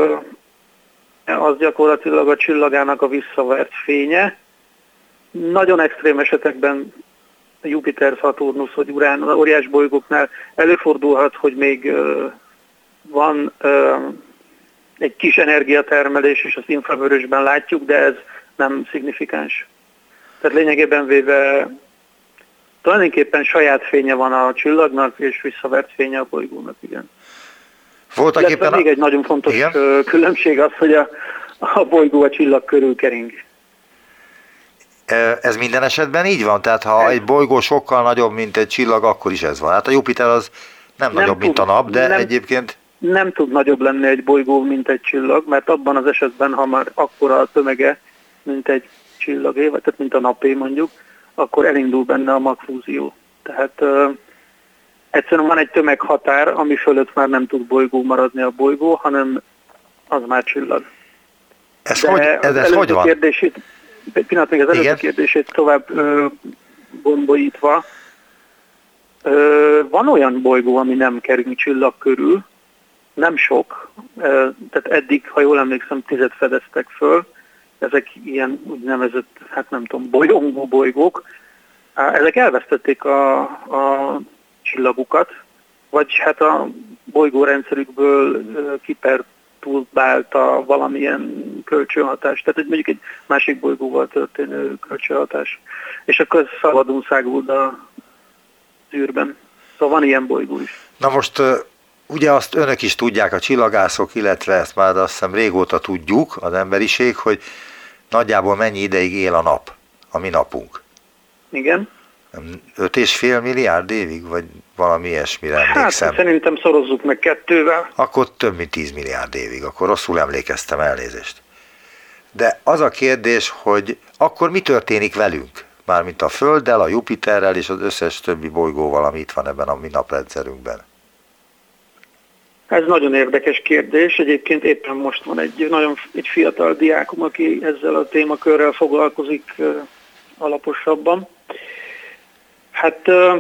az gyakorlatilag a csillagának a visszavert fénye. Nagyon extrém esetekben Jupiter, Szaturnusz vagy Urán, az óriás bolygóknál előfordulhat, hogy még van egy kis energiatermelés, és azt infravörösben látjuk, de ez nem szignifikáns. Tehát lényegében véve tulajdonképpen saját fénye van a csillagnak, és visszavert fénye a bolygónak, igen.
Voltak éppen
a... még egy nagyon fontos igen? különbség az, hogy a, a bolygó a csillag körül kering.
Ez minden esetben így van? Tehát ha egy bolygó sokkal nagyobb, mint egy csillag, akkor is ez van. Hát a Jupiter az nem, nem nagyobb, tud, mint a nap, de nem, egyébként...
Nem tud nagyobb lenni egy bolygó, mint egy csillag, mert abban az esetben, ha már akkora a tömege, mint egy csillagé, vagy tehát mint a napé mondjuk, akkor elindul benne a magfúzió. Tehát uh, egyszerűen van egy tömeghatár, ami fölött már nem tud bolygó maradni a bolygó, hanem az már csillag.
Ez de hogy, ez, ez hogy van?
Kérdését, pillanat még az előző Igen? kérdését tovább ö, gombolítva. Ö, van olyan bolygó, ami nem kering csillag körül, nem sok, ö, tehát eddig, ha jól emlékszem, tizet fedeztek föl, ezek ilyen úgynevezett, hát nem tudom, bolyongó bolygók. Ezek elvesztették a, a csillagukat, vagy hát a bolygórendszerükből kiperturbálta valamilyen kölcsönhatás, tehát egy, mondjuk egy másik bolygóval történő kölcsönhatás, és akkor ez szabadon száguld a űrben. Szóval van ilyen bolygó is.
Na most ugye azt önök is tudják, a csillagászok, illetve ezt már azt hiszem régóta tudjuk, az emberiség, hogy nagyjából mennyi ideig él a nap, a mi napunk.
Igen.
öt és fél milliárd évig, vagy valami ilyesmire emlékszem.
Hát szerintem szorozzuk meg kettővel.
Akkor több mint tíz milliárd évig, akkor rosszul emlékeztem, elnézést. De az a kérdés, hogy akkor mi történik velünk? Mármint a Földdel, a Jupiterrel és az összes többi bolygóval, ami itt van ebben a mi naprendszerünkben.
Ez nagyon érdekes kérdés. Egyébként éppen most van egy nagyon egy fiatal diákom, aki ezzel a témakörrel foglalkozik uh, alaposabban. Hát uh,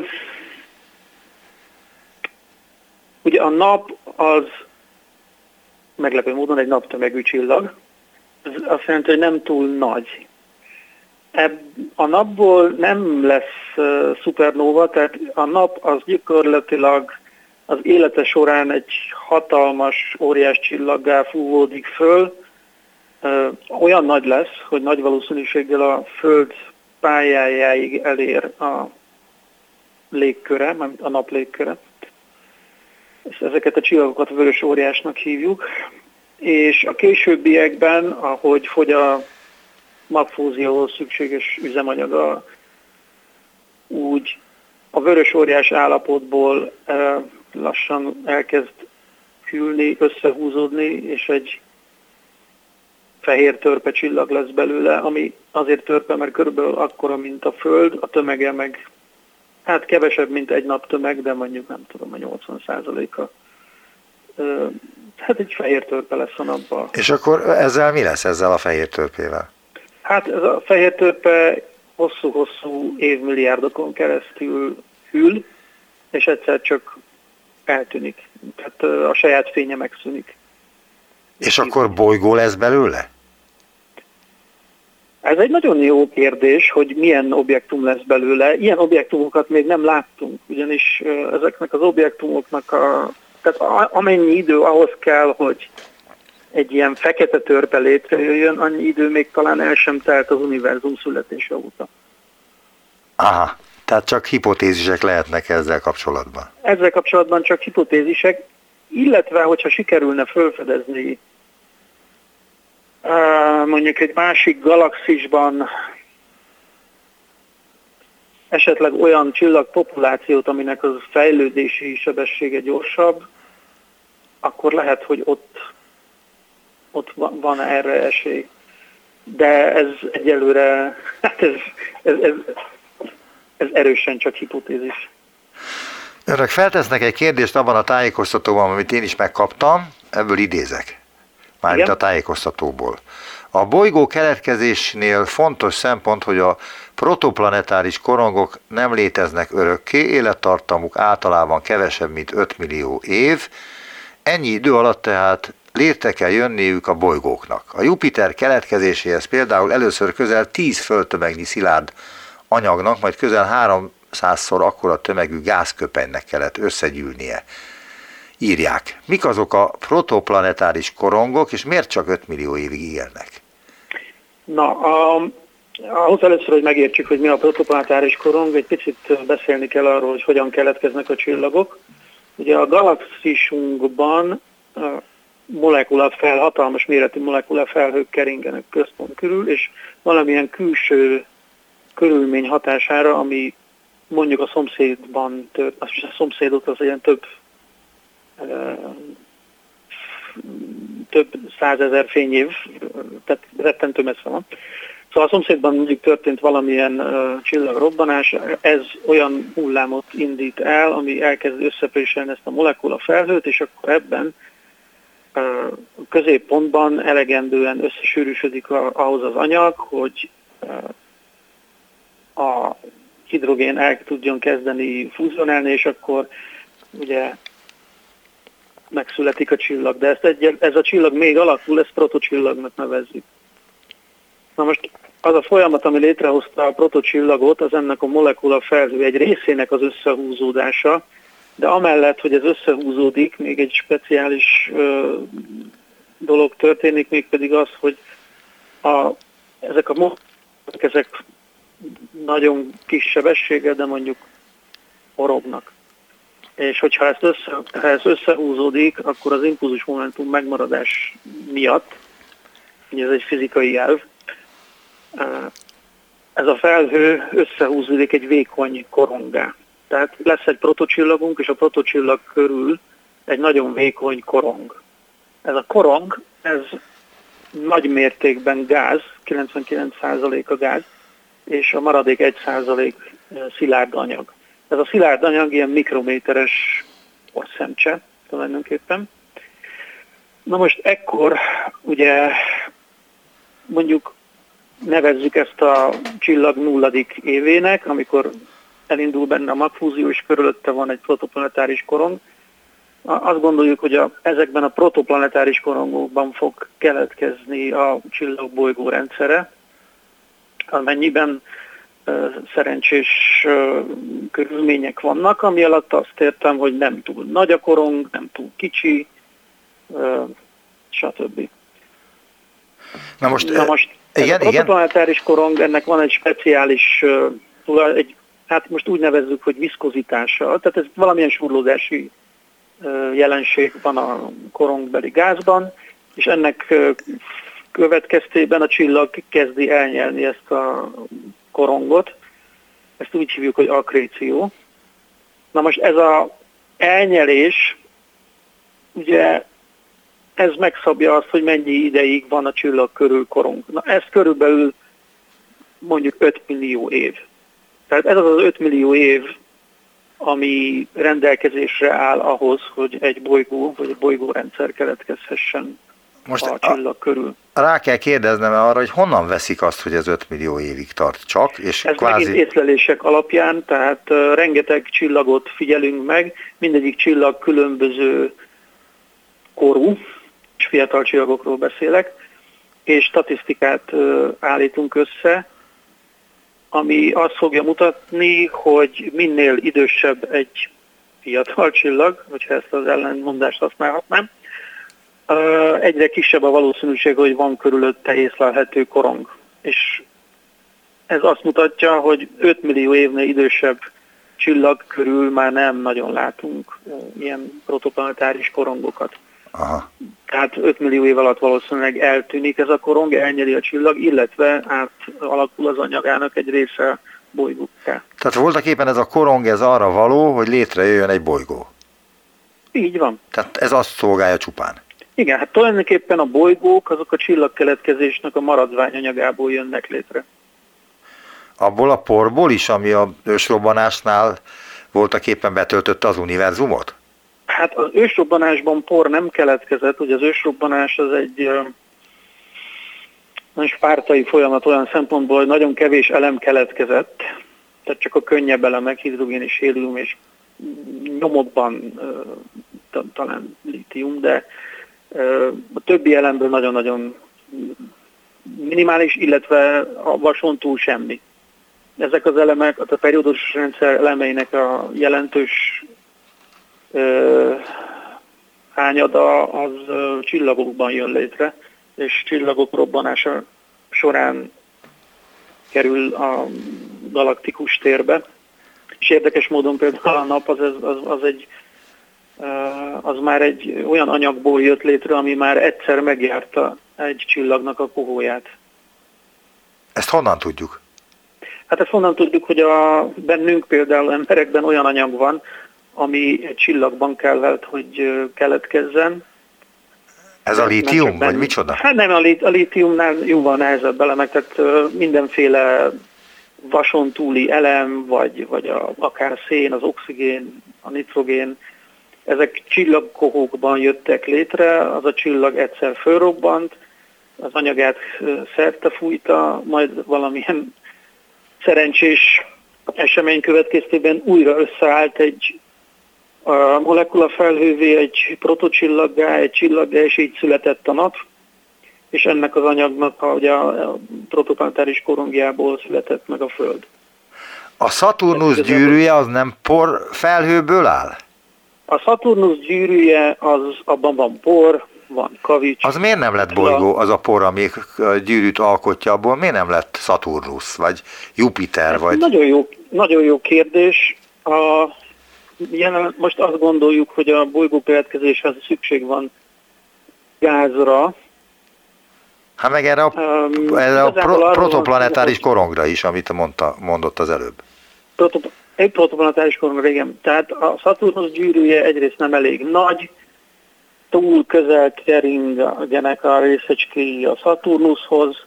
ugye a nap az meglepő módon egy naptömegű csillag, Ez azt jelenti, hogy nem túl nagy. Ebb, a napból nem lesz uh, szupernóva, tehát a nap az gyakorlatilag az élete során egy hatalmas, óriás csillaggá fúvódik föl. Uh, olyan nagy lesz, hogy nagy valószínűséggel a Föld pályájáig elér a légköre, a nap légköre. Ezeket a csillagokat vörös óriásnak hívjuk. És a későbbiekben, ahogy fogy a magfúzióhoz szükséges üzemanyaga, úgy a vörös óriás állapotból eh, lassan elkezd hűlni, összehúzódni, és egy fehér törpe csillag lesz belőle, ami azért törpe, mert körülbelül akkora, mint a Föld, a tömege meg hát kevesebb, mint egy nap tömeg, de mondjuk nem tudom, a nyolcvan százaléka. Hát egy fehér törpe lesz a napban.
És akkor ezzel mi lesz, ezzel a fehér törpével?
Hát ez a fehér törpe hosszú-hosszú évmilliárdokon keresztül hűl, és egyszer csak eltűnik. Tehát a saját fénye megszűnik.
És akkor bolygó lesz belőle?
Ez egy nagyon jó kérdés, hogy milyen objektum lesz belőle. Ilyen objektumokat még nem láttunk, ugyanis ezeknek az objektumoknak a, tehát amennyi idő ahhoz kell, hogy egy ilyen fekete törpe létrejöjjön, annyi idő még talán el sem telt az univerzum születése óta.
Aha, tehát csak hipotézisek lehetnek ezzel kapcsolatban.
Ezzel kapcsolatban csak hipotézisek, illetve hogyha sikerülne felfedezni mondjuk egy másik galaxisban esetleg olyan csillagpopulációt, aminek az fejlődési sebessége gyorsabb, akkor lehet, hogy ott, ott van erre esély. De ez egyelőre, hát ez, ez, ez, ez erősen csak hipotézis.
Önök feltesznek egy kérdést abban a tájékoztatóban, amit én is megkaptam, ebből idézek. Mármint a tájékoztatóból. A bolygó keletkezésnél fontos szempont, hogy a protoplanetáris korongok nem léteznek örökké, élettartamuk általában kevesebb, mint öt millió év. Ennyi idő alatt tehát létre kell jönniük a bolygóknak. A Jupiter keletkezéséhez például először közel tíz földtömegnyi szilárd anyagnak, majd közel háromszázszor akkora tömegű gázköpenynek kellett összegyűlnie. Írják. Mik azok a protoplanetáris korongok, és miért csak öt millió évig élnek?
Na, a, ahhoz először, hogy megértsük, hogy mi a protoplanetáris korong, egy picit beszélni kell arról, hogy hogyan keletkeznek a csillagok. Ugye a galaxisunkban molekula fel, hatalmas méretű molekula felhők keringenek központ körül, és valamilyen külső körülmény hatására, ami mondjuk a szomszédban tört, az a szomszédot az ilyen több több százezer fényév, tehát rettentő messze van. Szóval a szomszédban mondjuk történt valamilyen uh, csillagrobbanás, ez olyan hullámot indít el, ami elkezd összepréselni ezt a molekula felhőt, és akkor ebben uh, középpontban elegendően összesűrűsödik a, ahhoz az anyag, hogy uh, a hidrogén el tudjon kezdeni fúzionálni, és akkor ugye megszületik a csillag, de ezt egy, ez a csillag még alakul, ezt protocsillagnak nevezzük. Na most az a folyamat, ami létrehozta a protocsillagot, az ennek a molekula felhő egy részének az összehúzódása, de amellett, hogy ez összehúzódik, még egy speciális ö, dolog történik, mégpedig az, hogy a, ezek a molekulák, ezek nagyon kis sebességgel, de mondjuk forognak. És hogyha ezt össze, ha ez összehúzódik, akkor az impulzus momentum megmaradás miatt, ugye ez egy fizikai jelv, ez a felhő összehúzódik egy vékony koronggá. Tehát lesz egy protocsillagunk, és a protocsillag körül egy nagyon vékony korong. Ez a korong, ez nagy mértékben gáz, kilencvenkilenc százalék a gáz, és a maradék egy százalék szilárd anyag. Ez a szilárd anyag ilyen mikrométeres porszemcse tulajdonképpen. Na most ekkor ugye mondjuk nevezzük ezt a csillag nulladik évének, amikor elindul benne a magfúzió, és körülötte van egy protoplanetáris korong. azt gondoljuk, hogy a, ezekben a protoplanetáris korongokban fog keletkezni a csillagbolygó rendszere, amennyiben uh, szerencsés uh, körülmények vannak, ami alatt azt értem, hogy nem túl nagy a korong, nem túl kicsi, uh, stb.
Na most,
Na most
igen,
ez a protoplanetáris korong, ennek van egy speciális, uh, egy, hát most úgy nevezzük, hogy viszkozitása, tehát ez valamilyen surlódási uh, jelenség van a korongbeli gázban, és ennek uh, következtében a csillag kezdi elnyelni ezt a korongot, ezt úgy hívjuk, hogy akkréció. Na most ez az elnyelés, ugye ez megszabja azt, hogy mennyi ideig van a csillag körül korong. Na ez körülbelül mondjuk öt millió év. Tehát ez az az öt millió év, ami rendelkezésre áll ahhoz, hogy egy bolygó vagy egy bolygórendszer keletkezhessen most a csillag körül.
Rá kell kérdeznem arra, hogy honnan veszik azt, hogy ez öt millió évig tart csak, és
ez
kvázi...
megint észlelések alapján, tehát uh, rengeteg csillagot figyelünk meg, mindegyik csillag különböző korú, és fiatal csillagokról beszélek, és statisztikát uh, állítunk össze, ami azt fogja mutatni, hogy minél idősebb egy fiatal csillag, hogyha ezt az ellenmondást használhatnám, uh, egyre kisebb a valószínűség, hogy van körülötte észlelhető korong. És ez azt mutatja, hogy öt millió évnél idősebb csillag körül már nem nagyon látunk uh, ilyen protoplanetáris korongokat.
Aha.
Tehát öt millió év alatt valószínűleg eltűnik ez a korong, elnyeri a csillag, illetve átalakul az anyagának egy része bolygókká.
Tehát voltak éppen ez a korong, ez arra való, hogy létrejöjjön egy bolygó.
Így van.
Tehát ez azt szolgálja csupán.
Igen, hát tulajdonképpen a bolygók azok a csillagkeletkezésnek a maradványanyagából jönnek létre.
Abból a porból is, ami a ősrobbanásnál voltak éppen betöltötte az univerzumot?
Hát az ősrobbanásban por nem keletkezett, ugye az ősrobbanás az egy uh, nagyon spártai folyamat olyan szempontból, hogy nagyon kevés elem keletkezett, tehát csak a könnyebb elemek, hidrogén és hélium és nyomokban uh, talán lítium, de uh, a többi elemből nagyon-nagyon minimális, illetve a vason túl semmi. Ezek az elemek, a periódusos rendszer elemeinek a jelentős uh, hányada az uh, csillagokban jön létre, és csillagok robbanása során kerül a galaktikus térbe. És érdekes módon például a nap az, az, az, egy, az már egy olyan anyagból jött létre, ami már egyszer megjárta egy csillagnak a kohóját.
Ezt honnan tudjuk?
Hát ezt honnan tudjuk, hogy a bennünk például emberekben olyan anyag van, ami egy csillagban kellett, hogy keletkezzen.
Ez a lítium, vagy micsoda?
Hát nem, a, lí- a lítiumnál jóval nehezebb elemek, tehát uh, mindenféle vason túli elem, vagy, vagy a, akár szén, az oxigén, a nitrogén, ezek csillagkohókban jöttek létre, az a csillag egyszer fölrobbant, az anyagát uh, szertefújta, majd valamilyen szerencsés esemény következtében újra összeállt egy a molekula felhővé, egy protocsillaggá, egy csillaggá, és így született a nap, és ennek az anyagnak a, ugye a protoplanetáris korongjából született meg a Föld.
A Szaturnusz gyűrűje az nem por felhőből áll?
A Szaturnusz gyűrűje az, abban van por, van kavics.
Az miért nem lett bolygó, az a por, ami a gyűrűt alkotja, abból miért nem lett Szaturnusz, vagy Jupiter? Vagy...
Nagyon jó, nagyon jó kérdés. A Jelen, most azt gondoljuk, hogy a bolygó keletkezéshez szükség van gázra.
Hát meg erre a, um, erre a pro, protoplanetáris korongra is, amit mondta, mondott az előbb.
Proto, egy protoplanetáris korongra, igen. Tehát a Szaturnusz gyűrűje egyrészt nem elég nagy, túl közel keringenek a részecskéi a Szaturnuszhoz.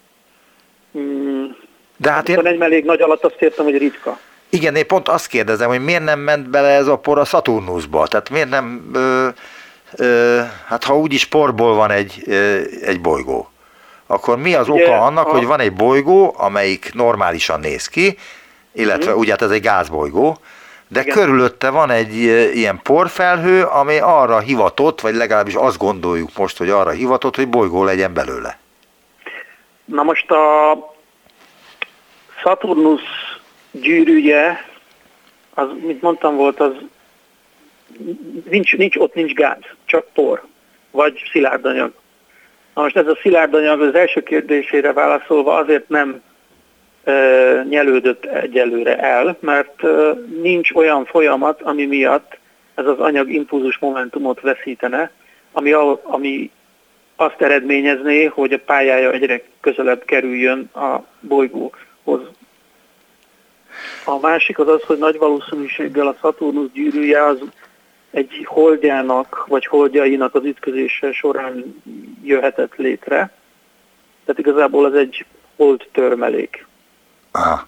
Hmm. De hát én... egy elég nagy alatt azt értem, hogy ritka.
Igen, én pont azt kérdezem, hogy miért nem ment bele ez a por a Szaturnuszba? Tehát miért nem, ö, ö, hát ha úgyis porból van egy, ö, egy bolygó, akkor mi az ugye, oka annak, a... hogy van egy bolygó, amelyik normálisan néz ki, illetve mm. ugye hát ez egy gázbolygó, de
Igen.
körülötte van egy ilyen porfelhő, ami arra hivatott, vagy legalábbis azt gondoljuk most, hogy arra hivatott, hogy bolygó legyen belőle.
Na most a Szaturnusz gyűrűje, az, mint mondtam volt, az nincs, nincs, ott nincs gáz, csak por, vagy szilárdanyag. Na most ez a szilárdanyag az első kérdésére válaszolva azért nem e, nyelődött egyelőre el, mert e, nincs olyan folyamat, ami miatt ez az anyag impulzus momentumot veszítene, ami, ami azt eredményezné, hogy a pályája egyre közelebb kerüljön a bolygóhoz. A másik az az, hogy nagy valószínűséggel a Szaturnusz gyűrűje az egy holdjának, vagy holdjainak az ütközése során jöhetett létre. Tehát igazából ez egy holdtörmelék.
Aha.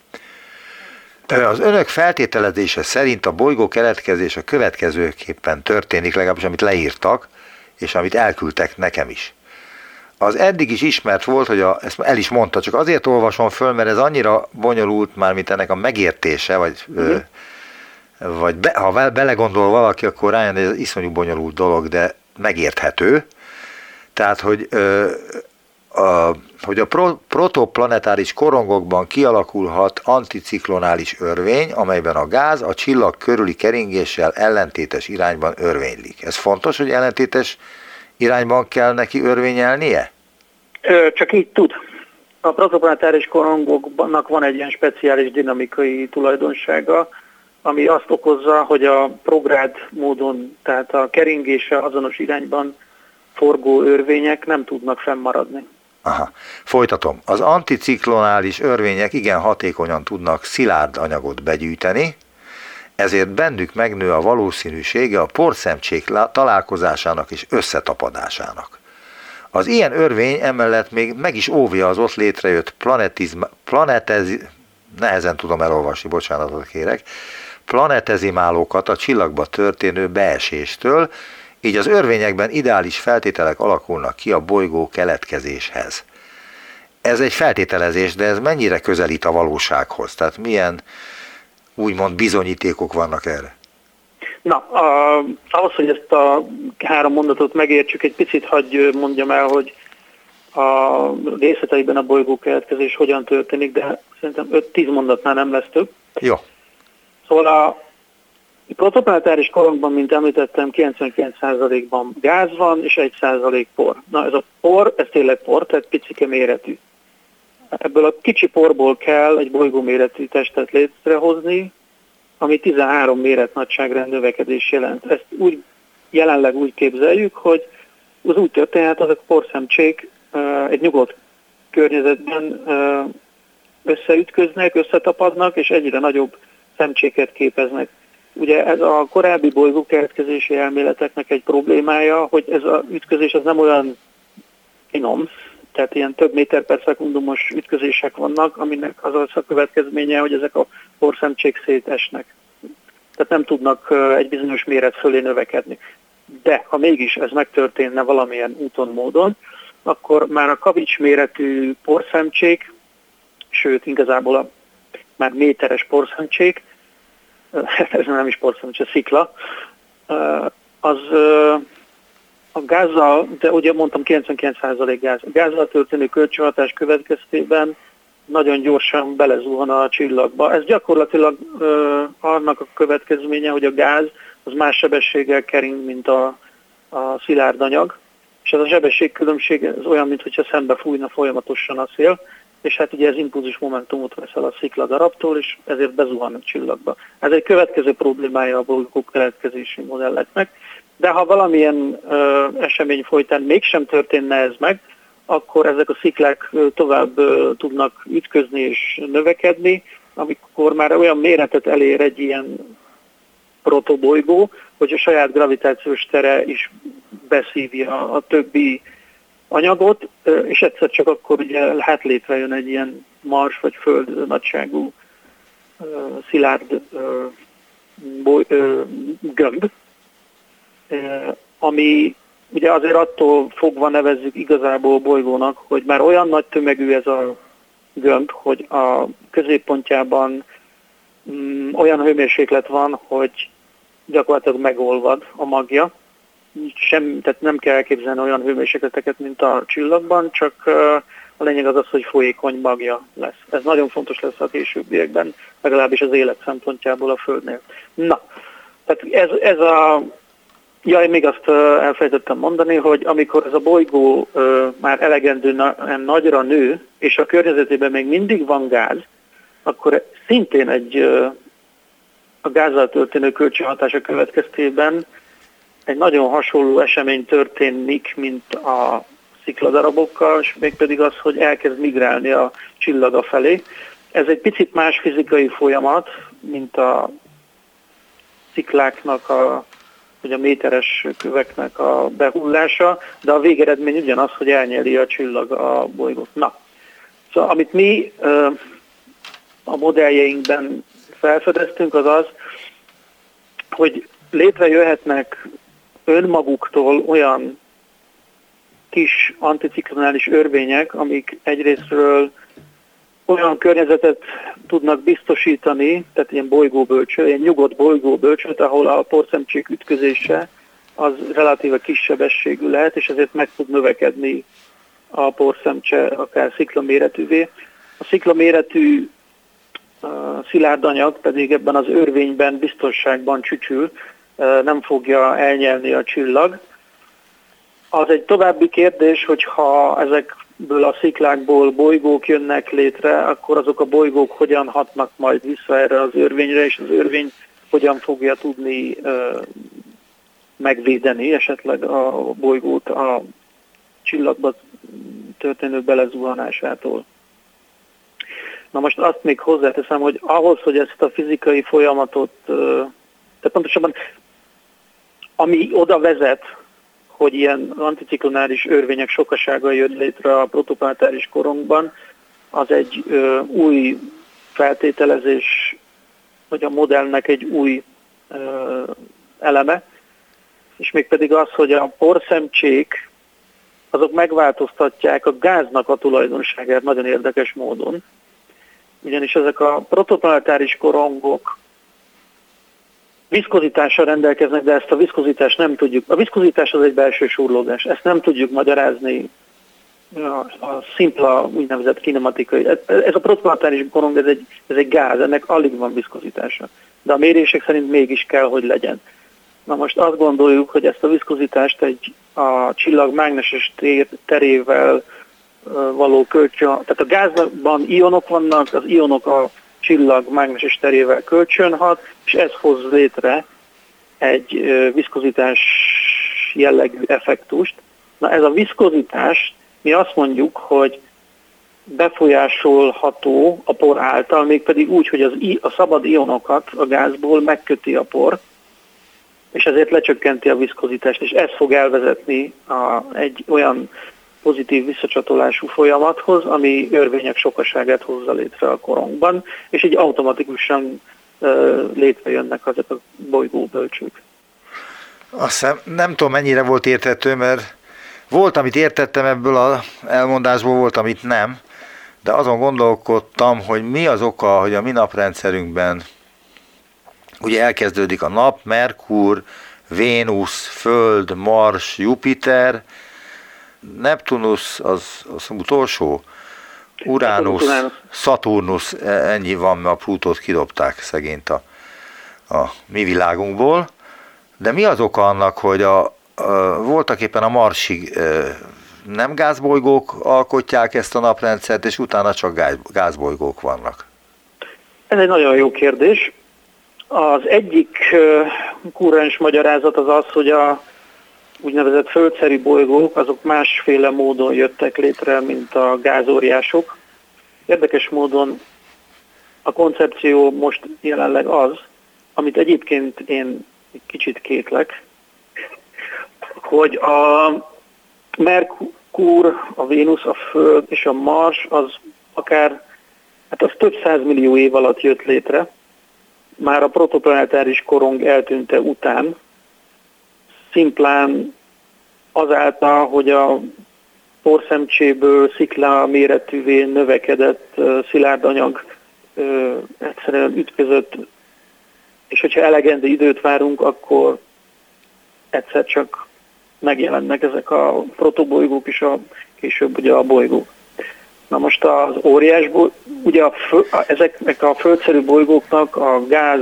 Az önök feltételezése szerint a bolygó keletkezés a következőképpen történik, legalábbis amit leírtak, és amit elküldtek nekem is. Az eddig is ismert volt, hogy a, ezt el is mondta, csak azért olvasom föl, mert ez annyira bonyolult már, mint ennek a megértése, vagy, mm. ö, vagy be, ha belegondol valaki, akkor rájön, hogy ez iszonyú bonyolult dolog, de megérthető. Tehát, hogy, ö, a, hogy a pro, protoplanetáris korongokban kialakulhat anticiklonális örvény, amelyben a gáz a csillag körüli keringéssel ellentétes irányban örvénylik. Ez fontos, hogy ellentétes irányban kell neki örvényelnie?
Ö, csak így tud. A protoplanetáris korongoknak van egy ilyen speciális dinamikai tulajdonsága, ami azt okozza, hogy a prográd módon, tehát a keringése azonos irányban forgó örvények nem tudnak fennmaradni.
Aha. Folytatom. Az anticiklonális örvények igen hatékonyan tudnak szilárd anyagot begyűjteni, ezért bennük megnő a valószínűsége a porszemcsék találkozásának és összetapadásának. Az ilyen örvény emellett még meg is óvja az ott létrejött planetizm, planetezi, nehezen tudom elolvasni, bocsánatot kérek, planetezimálókat a csillagba történő beeséstől, így az örvényekben ideális feltételek alakulnak ki a bolygó keletkezéshez. Ez egy feltételezés, de ez mennyire közelít a valósághoz? Tehát milyen úgymond bizonyítékok vannak erre?
Na, a, ahhoz, hogy ezt a három mondatot megértsük, egy picit hagyj mondjam el, hogy a részleteiben a bolygó keletkezés hogyan történik, de szerintem öt-tíz mondatnál nem lesz több.
Jó.
Szóval a protoplanetáris korongban, mint említettem, kilencvenkilenc százalékban gáz van, és egy százalék por. Na, ez a por, ez tényleg por, tehát picike méretű. Ebből a kicsi porból kell egy bolygó méretű testet létrehozni, ami tizenhárom méretnagyságrend növekedés jelent. Ezt úgy, jelenleg úgy képzeljük, hogy az úgy történhet, azok a porszemcsék egy nyugodt környezetben összeütköznek, összetapadnak, és egyre nagyobb szemcséket képeznek. Ugye ez a korábbi bolygó keletkezési elméleteknek egy problémája, hogy ez az ütközés az nem olyan finom, tehát ilyen több méter per szekundumos ütközések vannak, aminek az a következménye, hogy ezek a porszemcsék szétesnek. Tehát nem tudnak egy bizonyos méret fölé növekedni. De ha mégis ez megtörténne valamilyen úton, módon, akkor már a kavics méretű porszemcsék, sőt, igazából a már méteres porszemcsék, ez nem is porszemcsék, szikla, az a gázzal, de ugye mondtam kilencvenkilenc százalék gáz, a gázzal történő kölcsönhatás következtében nagyon gyorsan belezuhan a csillagba. Ez gyakorlatilag ö, annak a következménye, hogy a gáz az más sebességgel kering, mint a, a szilárd anyag, és ez a sebességkülönbség az olyan, mintha szembe fújna folyamatosan a szél, és hát ugye ez impulzus momentumot vesz el a szikladarabtól, és ezért bezuhan a csillagba. Ez egy következő problémája a bolygók keletkezési modelleknek, de ha valamilyen ö, esemény folytán mégsem történne ez meg, akkor ezek a sziklák tovább tudnak ütközni és növekedni, amikor már olyan méretet elér egy ilyen protobolygó, hogy a saját gravitációs tere is beszívja a többi anyagot, és egyszer csak akkor ugye hát létrejön egy ilyen Mars vagy Föld nagyságú szilárd gömb, ami ugye azért attól fogva nevezzük igazából bolygónak, hogy már olyan nagy tömegű ez a gömb, hogy a középpontjában mm, olyan hőmérséklet van, hogy gyakorlatilag megolvad a magja. Sem, tehát nem kell elképzelni olyan hőmérsékleteket, mint a csillagban, csak a lényeg az az, hogy folyékony magja lesz. Ez nagyon fontos lesz a későbbiekben, legalábbis az élet szempontjából a Földnél. Na, tehát ez, ez a... Ja, én még azt elfelejtettem mondani, hogy amikor ez a bolygó már elegendően nagyra nő, és a környezetében még mindig van gáz, akkor szintén egy a gázzal történő kölcsönhatása következtében egy nagyon hasonló esemény történik, mint a szikladarabokkal, és mégpedig az, hogy elkezd migrálni a csillaga felé. Ez egy picit más fizikai folyamat, mint a szikláknak, a, vagy a méteres köveknek a behullása, de a végeredmény ugyanaz, hogy elnyeli a csillag a bolygót. Na, szóval amit mi a modelljeinkben felfedeztünk, az az, hogy létrejöhetnek önmaguktól olyan kis anticiklonális örvények, amik egyrésztről olyan környezetet tudnak biztosítani, tehát ilyen bolygóbölcső, ilyen nyugodt bolygóbölcsőt, ahol a porszemcsék ütközése az relatíve kis sebességű lehet, és ezért meg tud növekedni a porszemcse akár sziklaméretűvé. A sziklaméretű uh, szilárd anyag pedig ebben az örvényben biztonságban csücsül, uh, nem fogja elnyelni a csillag. Az egy további kérdés, hogy ha ezekből a sziklákból bolygók jönnek létre, akkor azok a bolygók hogyan hatnak majd vissza erre az örvényre, és az örvény hogyan fogja tudni uh, megvédeni esetleg a bolygót a csillagba történő belezuhanásától. Na most azt még hozzáteszem, hogy ahhoz, hogy ezt a fizikai folyamatot, tehát pontosabban ami oda vezet, hogy ilyen anticiklonális örvények sokasága jön létre a protoplanetáris korunkban, az egy ö, új feltételezés, vagy a modellnek egy új ö, eleme, és mégpedig az, hogy a porszemcsék azok megváltoztatják a gáznak a tulajdonságát nagyon érdekes módon. Ugyanis ezek a protoplanetáris korongok viszkozitással rendelkeznek, de ezt a viszkozitást nem tudjuk. A viszkozitás az egy belső súrlódás, ezt nem tudjuk magyarázni a, a szimpla úgynevezett kinematikai. Ez a protoplanetáris korong, ez egy, ez egy gáz, ennek alig van viszkozitása. De a mérések szerint mégis kell, hogy legyen. Na most azt gondoljuk, hogy ezt a viszkozitást egy a csillag mágneses tér, terével való kölcsön, tehát a gázban ionok vannak, az ionok a csillag mágneses terével kölcsönhat, és ez hoz létre egy viszkozitás jellegű effektust. Na ez a viszkozitás, mi azt mondjuk, hogy befolyásolható a por által, mégpedig úgy, hogy az, a szabad ionokat a gázból megköti a por, és ezért lecsökkenti a viszkozitást, és ez fog elvezetni a, egy olyan pozitív visszacsatolású folyamathoz, ami örvények sokaságát hozza létre a korunkban, és így automatikusan uh, létrejönnek ezek a bolygóbölcsők.
Azt hiszem, nem tudom mennyire volt érthető, mert volt, amit értettem ebből az elmondásból, volt, amit nem, de azon gondolkodtam, hogy mi az oka, hogy a mi naprendszerünkben ugye elkezdődik a nap, Merkur, Vénusz, Föld, Mars, Jupiter, Neptunusz az, az utolsó, Uranus, Szaturnusz, ennyi van, mert a Plutót kidobták szegényt a, a mi világunkból, de mi az oka annak, hogy a, a, voltak éppen a Marsig nem gázbolygók alkotják ezt a naprendszert, és utána csak gáz, gázbolygók vannak?
Ez egy nagyon jó kérdés. Az egyik kurrens magyarázat az az, hogy a úgynevezett földszerű bolygók, azok másféle módon jöttek létre, mint a gázóriások. Érdekes módon a koncepció most jelenleg az, amit egyébként én kicsit kétlek, hogy a Merkur, a Vénusz, a Föld és a Mars az akár, hát az több százmillió év alatt jött létre, már a protoplanetáris korong eltűnte után, szimplán azáltal, hogy a porszemcséből szikla méretűvé növekedett szilárd anyag ö, egyszerűen ütközött, és hogyha elegendő időt várunk, akkor egyszer csak megjelennek ezek a protobolygók és a, később ugye a bolygók. Na most az óriás, ugye a fö, ezeknek a földszerű bolygóknak a gáz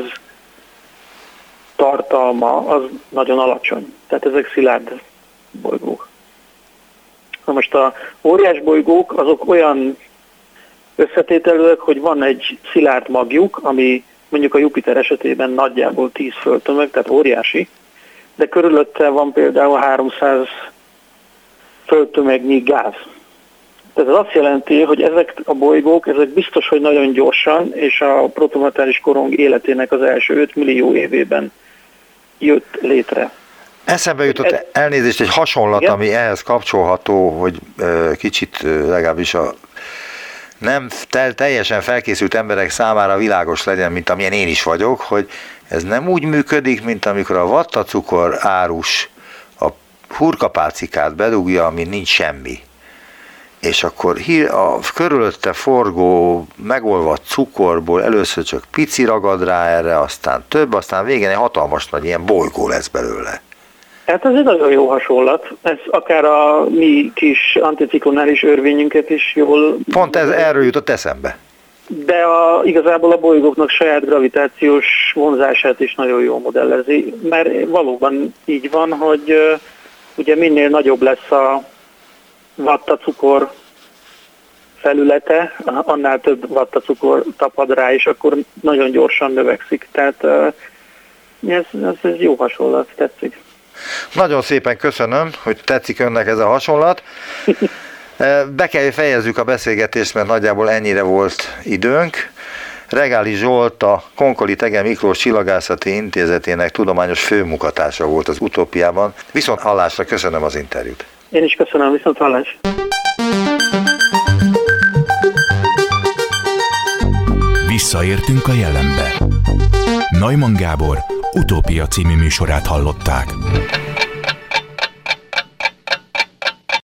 tartalma az nagyon alacsony. Tehát ezek szilárd bolygók. Na most a óriás bolygók azok olyan összetételűek, hogy van egy szilárd magjuk, ami mondjuk a Jupiter esetében nagyjából tíz földtömeg, tehát óriási, de körülötte van például háromszáz földtömegnyi gáz. Tehát ez azt jelenti, hogy ezek a bolygók, ezek biztos, hogy nagyon gyorsan, és a protoplanetáris korong életének az első öt millió évében jött létre.
Eszembe jutott ez... elnézést egy hasonlat, igen? Ami ehhez kapcsolható, hogy kicsit legalábbis a nem tel- teljesen felkészült emberek számára világos legyen, mint amilyen én is vagyok, hogy ez nem úgy működik, mint amikor a vattacukor árus a hurkapálcikát bedugja, amin nincs semmi. És akkor a körülötte forgó, megolvadt cukorból először csak pici ragad rá erre, aztán több, aztán végén egy hatalmas nagy ilyen bolygó lesz belőle.
Hát ez egy nagyon jó hasonlat. Ez akár a mi kis anticiklonális örvényünket is jól...
Pont ez erről jutott eszembe.
De a, igazából a bolygóknak saját gravitációs vonzását is nagyon jól modellezi, mert valóban így van, hogy uh, ugye minél nagyobb lesz a vattacukor felülete, annál több vattacukor tapad rá, és akkor nagyon gyorsan növekszik. Tehát uh, ez, ez egy jó hasonlat, tetszik.
Nagyon szépen köszönöm, hogy tetszik önnek ez a hasonlat. Be kell fejezzük a beszélgetést, mert nagyjából ennyire volt időnk. Regáli Zsolt, a Konkoli Thege Miklós Csillagászati Intézetének tudományos főmunkatársa volt az Utópiában. Viszont hallásra, köszönöm az interjút.
Én is köszönöm, viszont hallás.
Visszaértünk a jelenbe. Neumann Gábor Utópia című műsorát hallották.